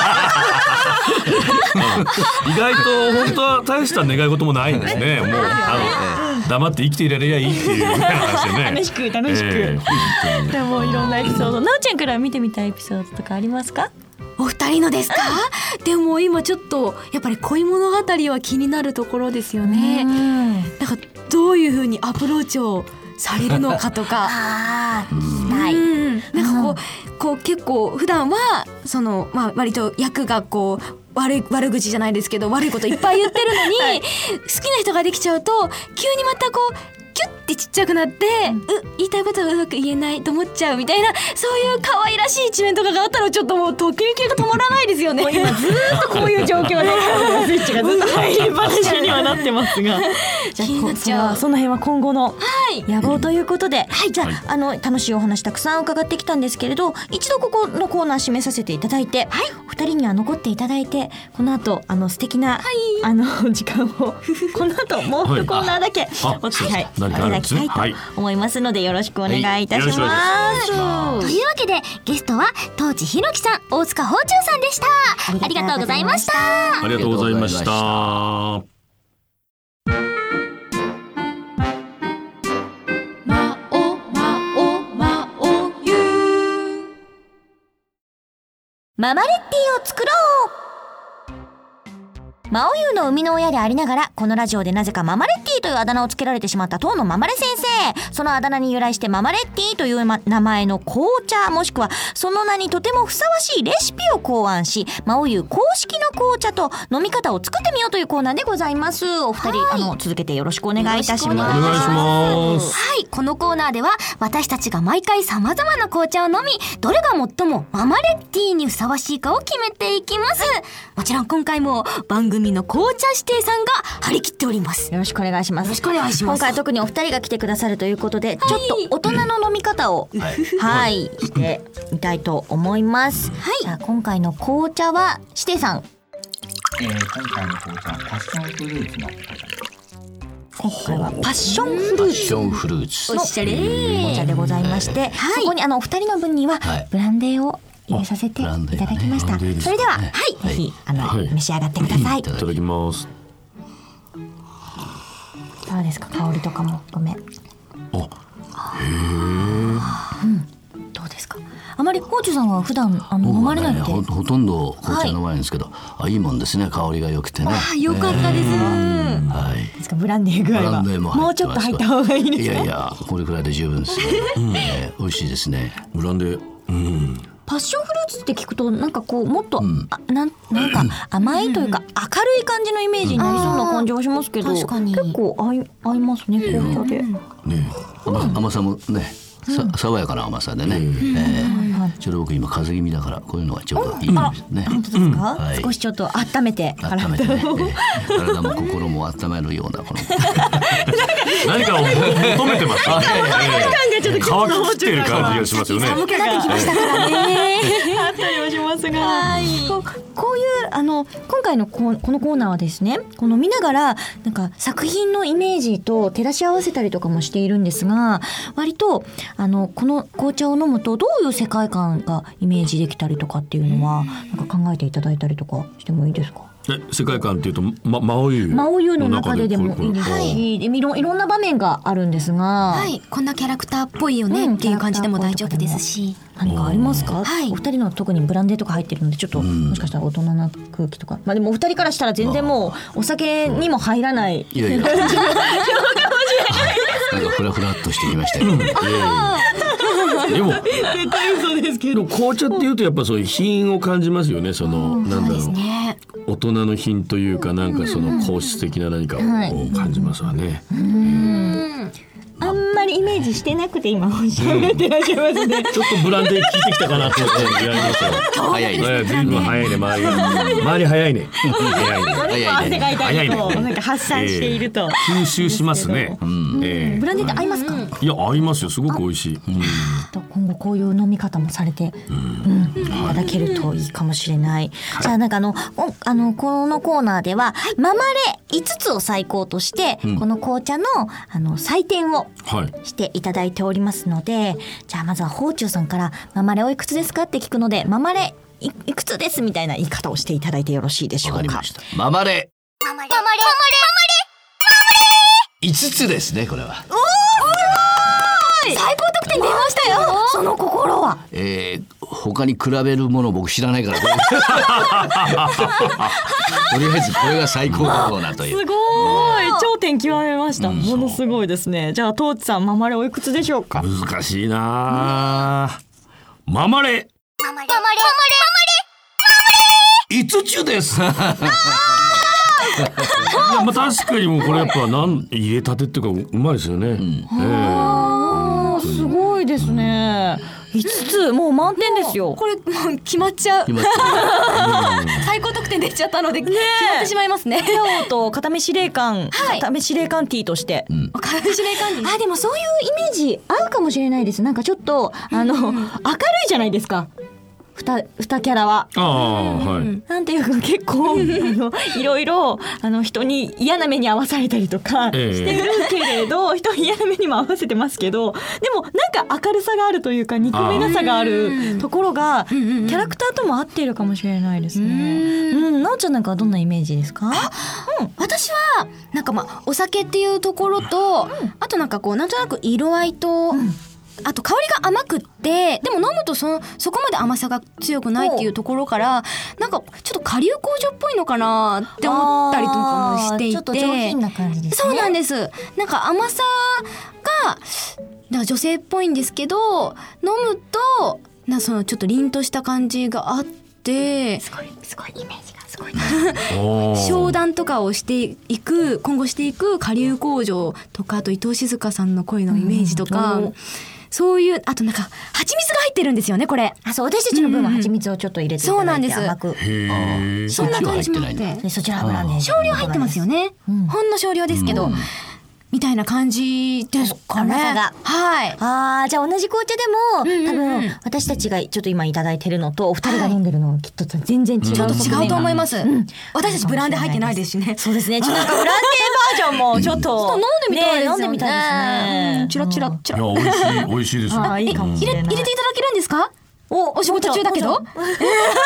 意外と本当は大した願い事もないんですね。もうあの黙って生きていられりゃいいっていう話でね楽しく楽しく、えー、でもいろんなエピソードなおちゃんから見てみたいエピソードとかありますか。 お二人のですか、うん、でも今ちょっとやっぱり恋物語は気になるところですよね。なんかどういう風にアプローチをされるのかとかあない、 うん、なんかこう、こう結構普段はその、まあ、割と役がこう悪い悪口じゃないですけど悪いこといっぱい言ってるのに、はい、好きな人ができちゃうと急にまたこうキュッてちっちゃくなって、うん、う言いたいことがうまく言えないと思っちゃうみたいな、そういう可愛らしい一面とかがあったらちょっともうときめきが止まらないですよね。 もう今ずーっとこういう状況でスイッチがずっと入りっぱなしにはなってますがじゃあ気になっちゃう。その辺は今後の野望ということで、はいはい、じゃあ、あの楽しいお話たくさん伺ってきたんですけれど、一度ここのコーナー締めさせていただいて、はい、お二人には残っていただいて、この後あの素敵な、はい、あの時間をこの後もう一コーナーだけ、はい、お付き合いいただきたいと思いますので、よろしくお願いいたします。 はい、というわけでゲストは東地ひろきさん、大塚芳忠さんでした。ありがとうございました。 ありがとうございました。 ママレッティを作ろう。マオユーの生みの親でありながら、このラジオでなぜかママレッティというあだ名をつけられてしまった当のママレ先生。そのあだ名に由来してママレッティという名前の紅茶、もしくはその名にとてもふさわしいレシピを考案し、マオユー公式の紅茶と飲み方を作ってみようというコーナーでございます。お二人、はい、あの続けてよろしくお願いいたします。お願いします。 はい、このコーナーでは私たちが毎回様々な紅茶を飲み、どれが最もママレッティにふさわしいかを決めていきます。もちろん今回も番組の紅茶指定さんが張り切っております。 よろしくお願いします。 よろしくお願いします。 今回は特にお二人が来てくださるということで、はい、ちょっと大人の飲み方を、はい、はい、してみたいと思います。はい、じゃあ今回の紅茶は指定さん。 えー、今回の紅茶はパッションフルーツの紅茶です。 今回はパッションフルーツ、パッションフルーツの紅茶でございまして、はい、そこにあのお二人の分にはブランデーを入れさせていただきました。ね、それでは、はい、ぜひあの、はい、召し上がってください。いただきます。 どうですか、香りとかもごめん。 あ、へえ。 うん、どうですか。あまり芳忠さんは普段あの飲まれないって、 ね、ほ, ほとんど紅茶飲まないんですけど、はい、あ、いいもんですね、香りが良くてね。 あ、良かったです。はい。ですか、ブランデー具合はも, もうちょっと入った方がいいですか。 いやいや、これくらいで十分ですね。うんね、美味しいですね。 ブランデー、うん。 パッションフルーツって聞くとなんかこうもっと、うん、あ な, なんか甘いというか明るい感じのイメージになりそうな感じはしますけど、確かに結構合 い, 合いますね、紅茶で、ね、 甘, 甘さもね、さ爽やかな甘さでね、うん、えー、ちょうど僕今風邪気味だからこういうのがちょうどいいですね。 本当ですか、はい、少しちょっと温めて温めて、ね、体も心も温めるようなこの何かを求めてますよね。乾ききってる感じがしますよね。 寒くなってきましたからね。 あったりはしますが、はい、こ, こういうあの今回の こ, このコーナーはですね、この見ながらなんか作品のイメージと照らし合わせたりとかもしているんですが、割とあのこの紅茶を飲むとどういう世界観がイメージできたりとかっていうのはなんか考えていただいたりとかしてもいいですか。 え、世界観っていうと、ま、マオユーマオユーの中ででもいいですし、はい、でいろいろんな場面があるんですが、 はい、こんなキャラクターっぽいよね、うん、っていう感じでも大丈夫ですし、 何かありますか。はい、お二人の特にブランデーとか入ってるのでちょっと、うん、もしかしたら大人な空気とか、まあでもお二人からしたら全然もうお酒にも入らない、 いやいやなんかフラフラっとしてきましたよ、うん、いやいやでも絶対嘘ですけど、 紅茶っていうとやっぱそういう品を感じますよね。その、うん、なんだろう、ね、大人の品というか、なんかその皇室的な何かを感じますわね。うん、うんあんまりイメージしてなくて今喋ってらっしゃいますね、うん、 ちょっとブランデー効いてきたかなと思ってやりましたよ。 早いね、 ずいぶん早いね、周り周り早いね早いね早いね早いね、なんか発散していると、 えー、吸収しますね、うんえー、ブランデーって合いますか。 いや、合いますよ、すごく美味しい、うん、 今後こういう飲み方もされて、うんうん、いただけるといいかもしれない、はい、じゃあなんかあのあのこのコーナーでは、はい、ママレいつつを最高として、うん、この紅茶のあの採点をしていただいておりますので、はい、じゃあまずは芳忠さんからママレおいくつですかって聞くので、ママレ い, いくつですみたいな言い方をしていただいてよろしいでしょうか。 わかりました。ママレママレママレママレいつつですね、これは。 おー、すごい、最高得点出ましたよ。その心は、 えー、他に比べるもの僕知らないからとりあえずこれが最高だろうなという。 すごい、頂点極めました、うん、ものすごいですね。じゃあトーチさん、ママレおいくつでしょうか。 難しいな、うん、ママレママレママレママレいつちゅですいやまあ確かにもうこれやっぱなん入れたてっていうかうまいですよね、うん、 あーすごいですね。いつつもう満点ですよ。 これもう決まっちゃう。最高得点出ちゃったので、ね、決まってしまいますね。 ペオと片目司令官、 はい、 片目司令官 T として、うん、 片目司令官 T。 あでもそういうイメージ合うかもしれないです。なんかちょっとあの、うん、明るいじゃないですか。ふた、ふたキャラは。 ああ、はい。 なんていうか結構あのいろいろあの人に嫌な目に遭わされたりとかしてるけれど、えー、人に嫌な目にも遭わせてますけど、でもなんか明るさがあるというか憎めなさがあるところがキャラクターとも合っているかもしれないですね。うん、なおちゃんなんかはどんなイメージですか？ うん、私はなんかまあお酒っていうところと、うん、あとなんかこうなんとなく色合いと、うん、あと香りが甘くってでも飲むと そ, そこまで甘さが強くないっていうところからなんかちょっと顆粒工場っぽいのかなって思ったりとかもしていて、 ちょっと上品な感じですね。 そうなんです。なんか甘さがだから女性っぽいんですけど飲むとなそのちょっと凛とした感じがあってすごいすごいイメージがすごい商談とかをしていく今後していく顆粒工場とかあと伊藤静香さんの声のイメージとか、うんそういうあとなんか蜂蜜が入ってるんですよねこれ。 あそう私たちの分は蜂蜜をちょっと入れていただいて甘く、うん、 へそんな感じもあってそちら油ね少量入ってますよね、うん、ほんの少量ですけど、うん、みたいな感じですかね。 甘さがはいあじゃあ同じ紅茶でも、うんうん、多分私たちがちょっと今いただいてるのとお二人が飲んでるのはきっと全然違う、 ちょっと違うと思います、うん、私たちブランデー入ってないですしね。 そうですねちょっとなんかブランデーバージョンもちょっと、 うん、ちょっと飲んでみたいですよね。 ね飲んでみたいですね。 チラチラチラ。 いや美味しい美味しいですね。 あいいかもしれない。 入れ、入れていただけるんですか？おお仕事中だけど酔っ払っちゃうかも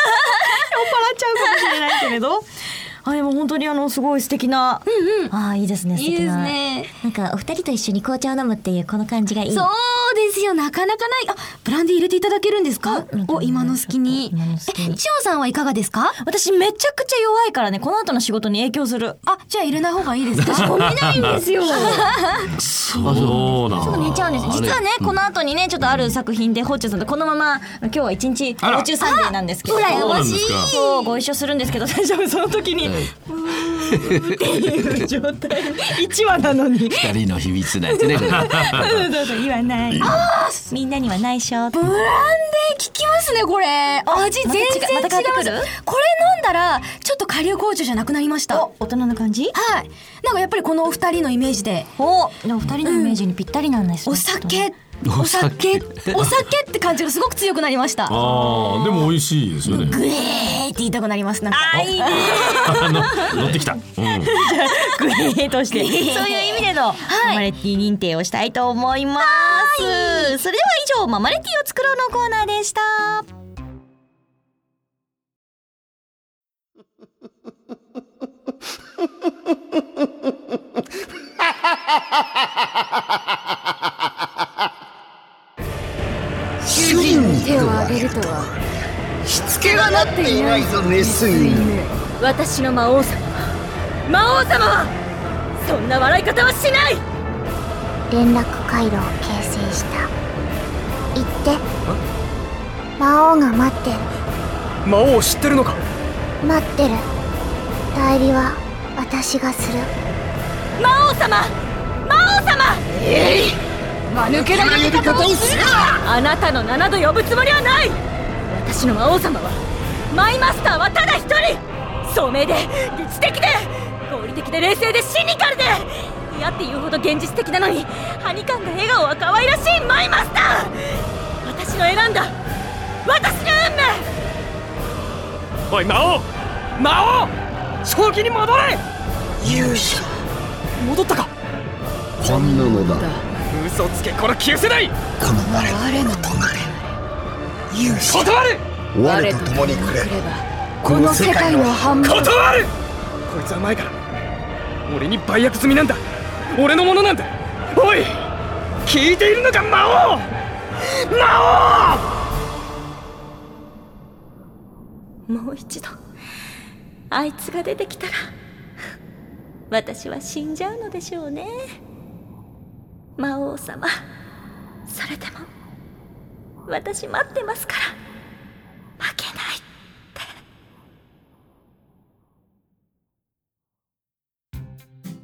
しれないけれどあでも本当にあのすごい素敵な、うんうん、あいいですね素敵な。 いいですね。 なんかお二人と一緒に紅茶を飲むっていうこの感じがいい。 そうですよなかなかない。あブランデー入れていただけるんですか？お今の好きに。えしおさんはいかがですか？ 私めちゃくちゃ弱いからねこの後の仕事に影響する。 あじゃあ入れない方がいいですか？ 私飲めないんですよそうなそう寝ちゃうんです。実はねこの後にねちょっとある作品でホッチュさんとこのまま今日は一日ホッチュサンデーなんですけど羨ましいそうご一緒するんですけど大丈夫その時に、はい、っていう状態いちわなのにふたりの秘密なんてねそうそうそう言わないみんなには内緒。 ブランデー効きますねこれ。味全然違います、ま、これ飲んだらちょっと顆粒紅茶じゃなくなりました。 お大人な感じ。 はいなんかやっぱりこのお二人のイメージでおでもお二人のイメージにぴったりなんですね、 うん、お酒お酒お酒って感じがすごく強くなりました。 あでも美味しいですよね。 グエーって言いたくなります。なんかあいいね乗ってきた、うん、 じゃあグエーとしてそういう意味での、はい、ママレティ認定をしたいと思います。それでは以上ママレティを作ろうのコーナーでした。 主人に手を挙げるとはしつけがなっていないぞメス犬。 私の魔王様は魔王様はそんな笑い方はしない。 連絡回路を形成した。言って魔王が待ってる。 魔王を知ってるのか？ 待ってる。代理は私がする。 魔王様魔王様えい間抜けな呼び方をするな。 あなたの名など呼ぶつもりはない。私の魔王様はマイマスターはただ一人。聡明で理知的で合理的で冷静でシニカルで嫌っていうほど現実的なのにハニカンが笑顔は可愛らしいマイマスター。私の選んだ私の運命。 おい魔王魔王正気に戻れ。 勇者戻ったか。 本物だ。 嘘つけこの旧世代。 この我の友で勇者断る。 我と共にくれ。 この世界の半分断る。こいつは前から俺に売約済みなんだ。俺のものなんだ。おい聞いているのか魔王魔王。もう一度あいつが出てきたら私は死んじゃうのでしょうね。魔王様それでも私待ってますから負けないって。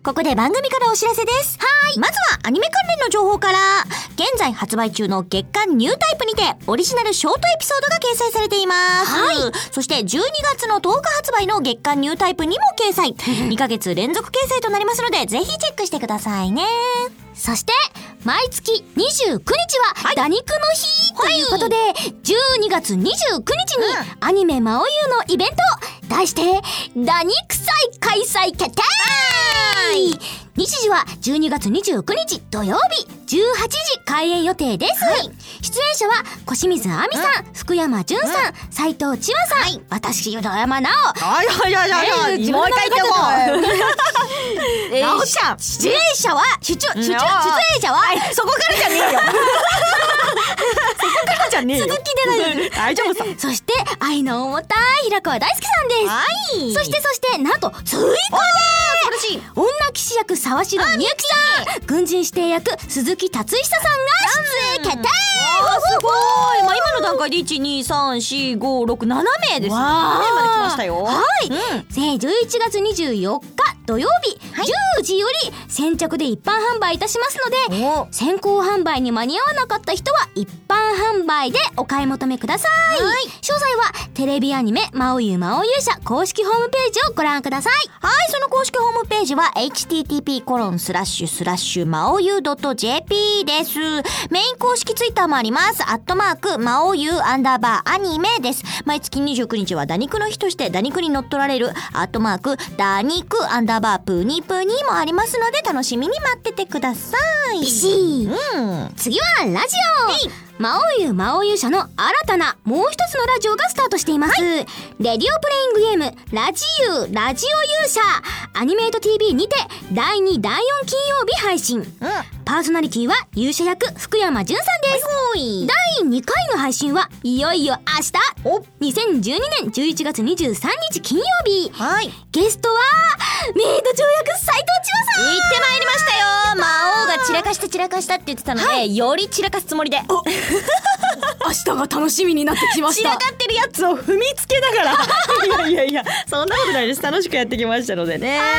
ここで番組からお知らせです。はい。まずはアニメ関連の情報から。現在発売中の月刊ニュータイプにてオリジナルショートエピソードが掲載されています。はい。そしてじゅうにがつのとおか発売の月刊ニュータイプにも掲載。にかげつ連続掲載となりますので、ぜひチェックしてくださいね。 そして毎月にじゅうくにちは打肉の日ということで、じゅうにがつにじゅうくにちにアニメ魔王優のイベント、題して打肉祭開催決定。日時はじゅうにがつにじゅうくにち土曜日じゅうはちじ開演予定です。はい、出演者は小清水亜美さん、うん、福山潤さん、斉藤千和さん、はい、私淀山奈緒。 はいはいはいはい、もう一回言ってこう。奈緒ちゃん。出演者は出出出演者はそこからじゃねえよ。そこからじゃねえよ。続きでない。大丈夫さ。 そして愛の重たい平川大輔さんです。はい。そしてそしてなんと追加で女騎士役沢城みゆきさん、軍人指定役鈴木達久さんが出演決定。 すごい。まあ今の段階でいち、に、さん、よん、ご、ろく、ななめいです。ななめいまで来ましたよ。 はい。うん、じゅういちがつにじゅうよっか土曜日、はい、じゅうじより先着で一般販売いたしますので、先行販売に間に合わなかった人は一般販売でお買い求めください。はい、詳細はテレビアニメ魔王優魔王勇者公式ホームページをご覧ください。 はい、その公式ホームページは エイチティーティーピーコロンスラッシュスラッシュ魔王優 .jp です。メイン公式ツイッターもあります。アットマーク魔王優アンダーバーアニメです。毎月にじゅうくにちは打肉の日として打肉に乗っ取られるアットマーク打肉アンダーバープニプニもありますので、楽しみに待っててください。 ビシー、うん、次はラジオ。魔王優魔王勇者の新たなもう一つのラジオがスタートしています。はい、レディオプレイングゲームラジユーラジオ勇者アニメート ティーブイ にてだいにだいよん金曜日配信。うん、パーソナリティは勇者役福山潤さんです。はい、だいにかいの配信はいよいよ明日にせんじゅうにねんじゅういちがつにじゅうさんにち金曜日。はい、ゲストはメイド長役斉藤千和さん。 行ってまいりましたよ。魔王が散らかした散らかしたって言ってたので、はい、より散らかすつもりで明日が楽しみになってきました。 散らかってるやつを踏みつけながらいやいやいや、そんなことないです。楽しくやってきましたのでね。 はい、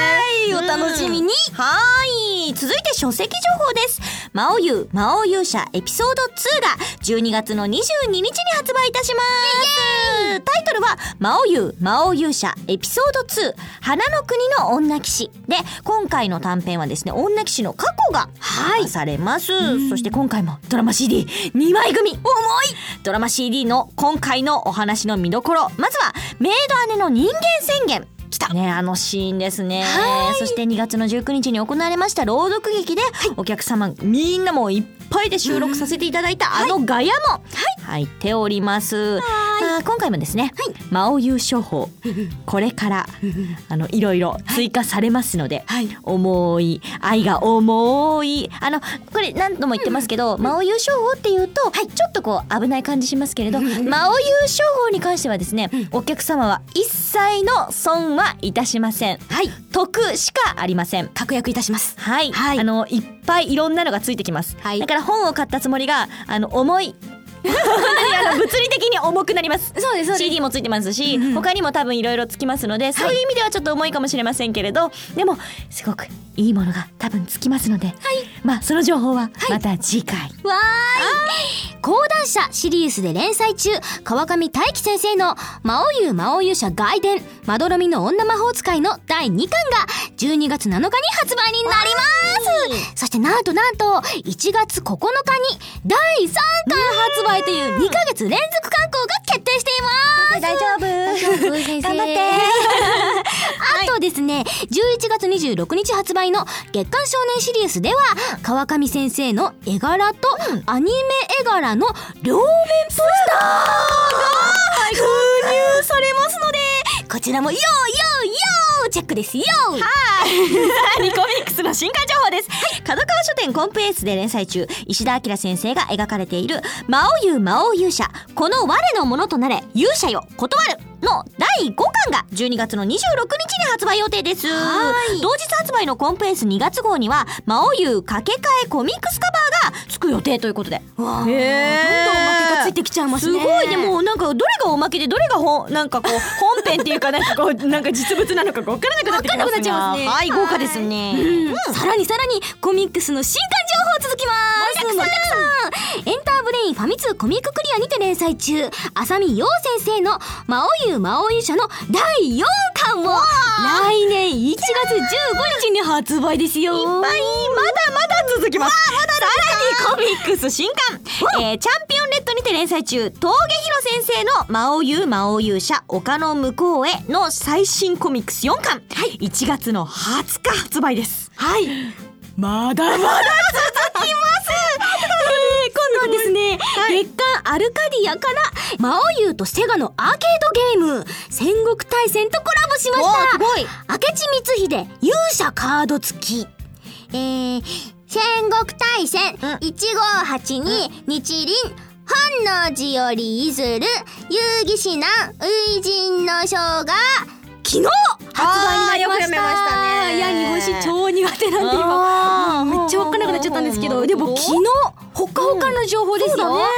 お楽しみに。 はい、続いて書籍情報です。魔王優魔王勇者エピソードツーがじゅうにがつのにじゅうににちに発売いたします。タイトルは魔王優魔王勇者エピソードツー花の国の女騎士で、今回の短編はですね、女騎士の過去が話されます。はい、そして今回もドラマ シーディーに 枚組、重いドラマ シーディー の今回のお話の見どころ、まずはメイド姉の人間宣言。来たね、あのシーンですね。そしてにがつのじゅうくにちに行われました朗読劇で、はい、お客様みんなもいっぱいで収録させていただいた、うん、あのガヤも入っております。あ、今回もですね、はい、魔王優処方これからあのいろいろ追加されますので、はい、重い愛が重い、あのこれ何度も言ってますけど、うん、魔王優処方っていうと、はい、ちょっとこう危ない感じしますけれど、魔王優処方に関してはですね、お客様は一切の損はいたしません。はい、得しかありません。 確約いたします。 はい、はい、あのいっぱいいろんなのがついてきます。はい、だから本を買ったつもりがあの重い本当にあの物理的に重くなります。そうです、そうです。シーディー もついてますし、うん、他にも多分いろいろつきますので、そういう意味ではちょっと重いかもしれませんけれど、でもすごくいいものが多分つきますので、はい、まあその情報はまた次回。はい、 わーい。講談社シリウスで連載中、川上大輝先生の魔王優魔王勇者外伝まどろみの女魔法使いのだいにかんがじゅうにがつなのかに発売になります。そしてなんとなんといちがつここのかにだいさんかん発売というにかげつ連続刊行が決定しています。 大丈夫大丈夫先生頑張ってあとですね、じゅういちがつにじゅうろくにち発売の月刊少年シリウスでは、川上先生の絵柄とアニメ絵柄の両面ポスターが封入されますので、こちらもよーよーよーチェックですよ。 はいさらにコミックスの新刊情報です。角川書店コンプエースで連載中、石田明先生が描かれている魔王優魔王勇者この我のものとなれ勇者よ断るのだいごかんがじゅうにがつのにじゅうろくにちに発売予定です。同日発売のコンプエースにがつ号には魔王優掛け替えコミックスカバーがつく予定ということで、わー、どんどんおまけがつついてきちゃいますね。 すごい。でもなんかどれがおまけでどれがほなんかこう本編っていうかなんかこうなんか実物なのか分からなくなってきますが、 分からなくなっちゃいますね。 はい、豪華ですね。 うん、さらにさらにコミックスの新刊情報続きます。盛りだくさん。エンターブレインファミ通コミッククリアにて連載中、浅見陽先生の魔王優魔王勇者のだいよんかんを来年いちがつじゅうごにちに発売ですよ。 いっぱいまだまだ続きます。さらにコミックス新刊、えー、チャンピオンレッドにて連載中、峠弘先生の魔王優魔王勇者丘の向こうへの最新コミックスよんかん、はい、いちがつのはつか発売です。はい、まだまだ続きますえー、今度はですね、はい、月刊アルカディアから魔王優とセガのアーケードゲーム戦国大戦とコラボしました。すごい。明智光秀勇者カード付き、えー、戦国大戦いちごはちに日輪本能寺より譲る遊戯指南初陣の章が昨日発売になりました。よく読めましたね。いや、日本史超苦手なんで今めっちゃ分からなくなっちゃったんですけど、でも昨日ほかほかの情報ですよ。はい。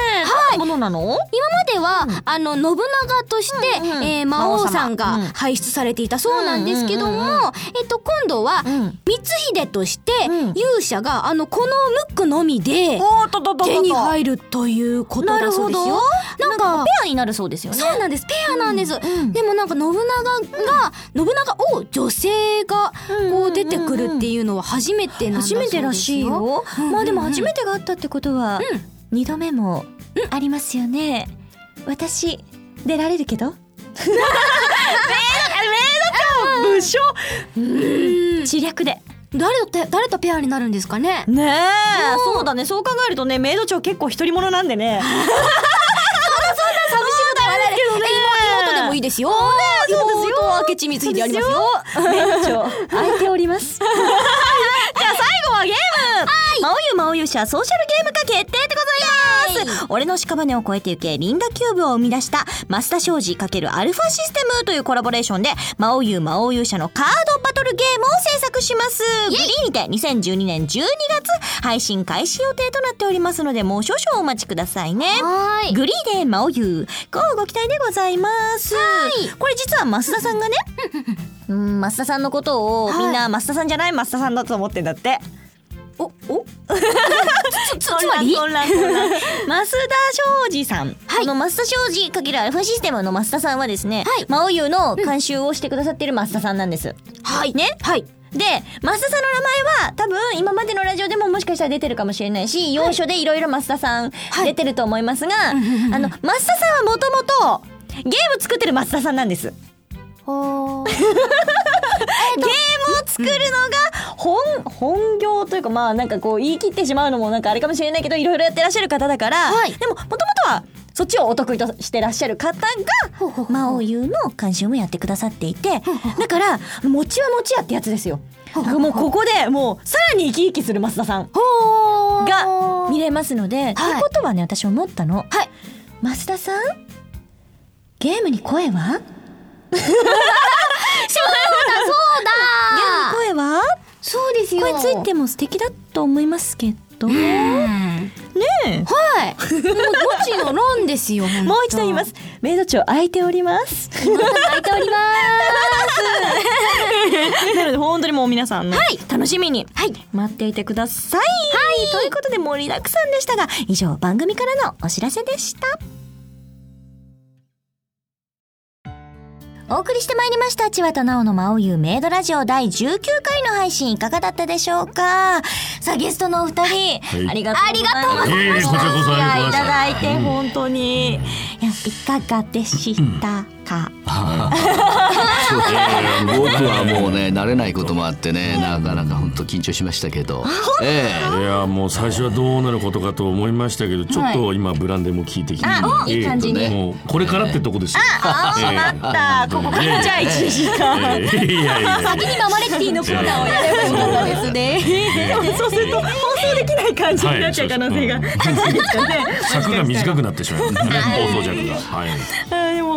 ものなの？今までは、うん、あの信長として、うんうん、えー、魔王さんが輩出されていたそうなんですけども、うんうんうんうん、えっと今度は、うん、光秀として勇者があのこのムックのみで手に入るということだそうですよ。なんかペアになるそうですよね。そうなんです。ペアなんです。うんうん、でもなんか信長が信長を女性がこう出てくるっていうのは初めてなんだそうですよ。初めてらしいよ。うんうんうん、まあでも初めてがあったってことは、うん、にどめもありますよね。私出られるけど。メイド長武将。うん。知略で。誰と誰とペアになるんですかね。ねえ。そうだね。そう考えるとね、メイド長結構独り者なんでね。妹でもいいですよ。妹明智光秀ありますよ。メイド長空いております。じゃあ最後はゲーム。魔王優魔王勇者ソーシャルゲーム化決定でございます。俺の屍を越えてゆけリンダキューブを生み出した増田商事×アルファシステムというコラボレーションで魔王優魔王勇者のカードバトルゲームを制作します。グリーにてにせんじゅうにねんじゅうにがつ配信開始予定となっておりますので、もう少々お待ちくださいね。はいグリーで魔王優乞うご期待でございます。はいこれ実は増田さんがねうん増田さんのことをみんな増田さんじゃない増田さんだと思ってんだって。おおつ, つ, つまり増田商事さん、はい、この増田商事×アルファシステムの増田さんはですね、はい、魔王優の監修をしてくださっている増田さんなんです。はいねはいで増田さんの名前は多分今までのラジオでももしかしたら出てるかもしれないし、要所でいろいろ増田さん出てると思いますが、はい、あの増田さんはもともとゲーム作ってる増田さんなんです。おゲームを作るのが本本業というか、まあなんかこう言い切ってしまうのもなんかあれかもしれないけど、いろいろやってらっしゃる方だから、はい、でももともとはそっちをお得意としてらっしゃる方が魔王優の監修もやってくださっていて、だから餅は餅やってやつですよ。だからもうここでもうさらに生き生きする増田さんが見れますので、はい、ということはね、私思ったの、はい、増田さんゲームに声はそうだそうだゲーム声はそうですよ。声ついても素敵だと思いますけどねえはいもちろんなんですよ。もう一度言います。メイド長空いております空いておりますなので本当にもう皆さんの楽しみに待っていてください、はい、ということで盛りだくさんでしたが、以上番組からのお知らせでした。お送りしてまいりました千葉と直の魔王優メイドラジオだいじゅうきゅうかいの配信いかがだったでしょうか。さあゲストのお二人、はい、ありがとうございます。ありがとうございました。いただいて本当に、いやいかがでしたか。 僕はもうね慣れないこともあってね、なかなか本当緊張しましたけど、ええ、いやもう最初はどうなることかと思いましたけど、ちょっと今ブランデーも聞いてきて、はい、いい感じに、もうこれからってとこですよ。 ああ、そうだった。ここからじゃあいちじかん、えー、いやいや先にママレッティのコーナーをやればよかったですね。そうすると放送できない感じになっちゃう可能性が高いですかね。 尺が短くなってしまう、放送尺が。はい。 でも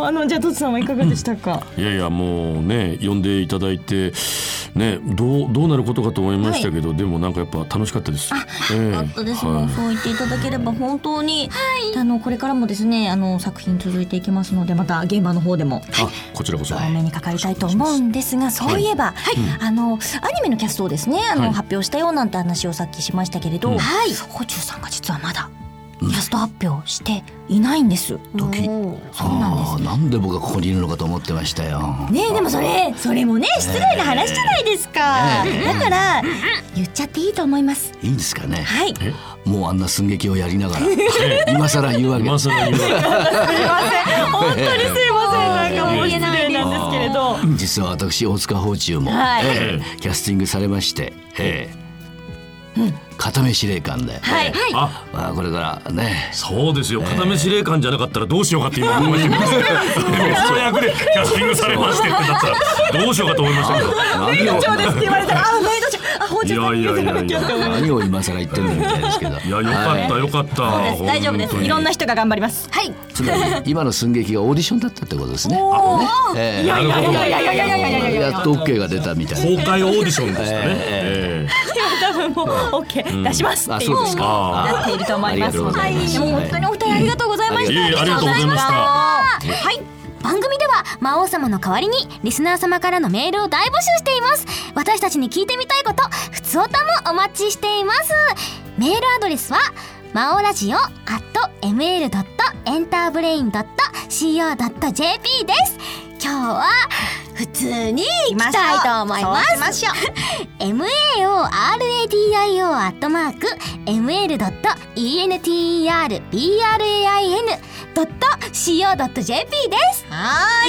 あのじゃあトツさんはいかがでしたか？ いやいやもうね呼んでいただいてねどうどうなることかと思いましたけど、はい、でもなんかやっぱ楽しかったです。 あ、えー、よかったです、はい、そう言っていただければ本当に、はい、あのこれからもですねあの作品続いていきますのでまた現場の方でも、 あこちらこそお目にかかりたいと思うんですが、そういえば、はい、あのアニメのキャストをですねあの、はい、発表したよなんて話をさっきしましたけれど、うん、はい、ホチュウさんが実はまだキャスト発表していないんです。 ドキッ。 そうなんです。 なんで僕がここにいるのかと思ってましたよ。 ねえでもそれそれもね失礼な話じゃないですか。ね、だから言っちゃっていいと思います。 いいんですかね。 はい。 もうあんな寸劇をやりながら今更言うわけ。 今更言うわけ。すいません。 本当にすいません。なんかもう失礼なんですけれど。 実は私大塚芳忠も、はい、えー、キャスティングされまして。えーうん、片目司令官で、 はい、 あ、まあこれからね。 そうですよ、えー、片目司令官じゃなかったらどうしようかって今思いましたけどそう役でキャスティングされましてってなったらどうしようかと思いましたけどメイド長ですって言われたらあメイド長あ包丁さんに言わなきゃって思います。 何を今更言ってるのみたいですけどいやよかったよかった、 はい、大丈夫です。いろんな人が頑張ります。はい。 つまり今の寸劇がオーディションだったってことですね。 いやいやいやいやいやいやいやいやいやいややっと OK が出たみたいな。 公開オーディションでしたね。えー、多分もう OK、うん、出しますっていう風になっていると思います。はい。でも本当にお二人ありがとうございました。 ありがとうございました。 はい。番組では魔王様の代わりにリスナー様からのメールを大募集しています。私たちに聞いてみたいこと、ふつおたもお待ちしています。メールアドレスはマオラジオアットエムエルドットエンターブレインドットシーオードットジェーピー です。今日は普通に行きたいと思います。そうしましょう。マオラディオアットマークエムエルドットエンターブレインドットシーオードットジェーピー です。 はい。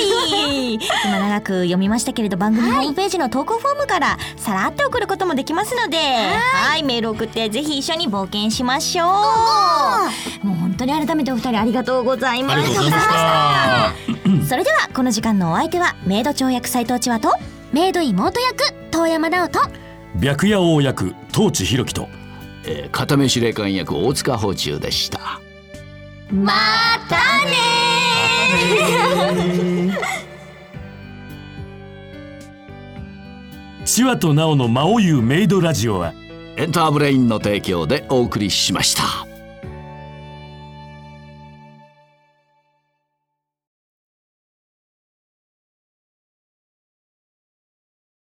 今長く読みましたけれど番組ホームページの投稿フォームからさらっと送ることもできますので、はい、はい、メール送ってぜひ一緒に冒険しましょう。もう本当に改めてお二人ありがとうございました。ありがとうございました。それではこの時間のお相手はメイド長役斉藤千和とメイド妹役遠山直人、 白夜王役東地弘樹と、 えー、片目司令官役大塚芳忠でした。 またねー。 千和と直の魔王優メイドラジオはエンターブレインの提供でお送りしました。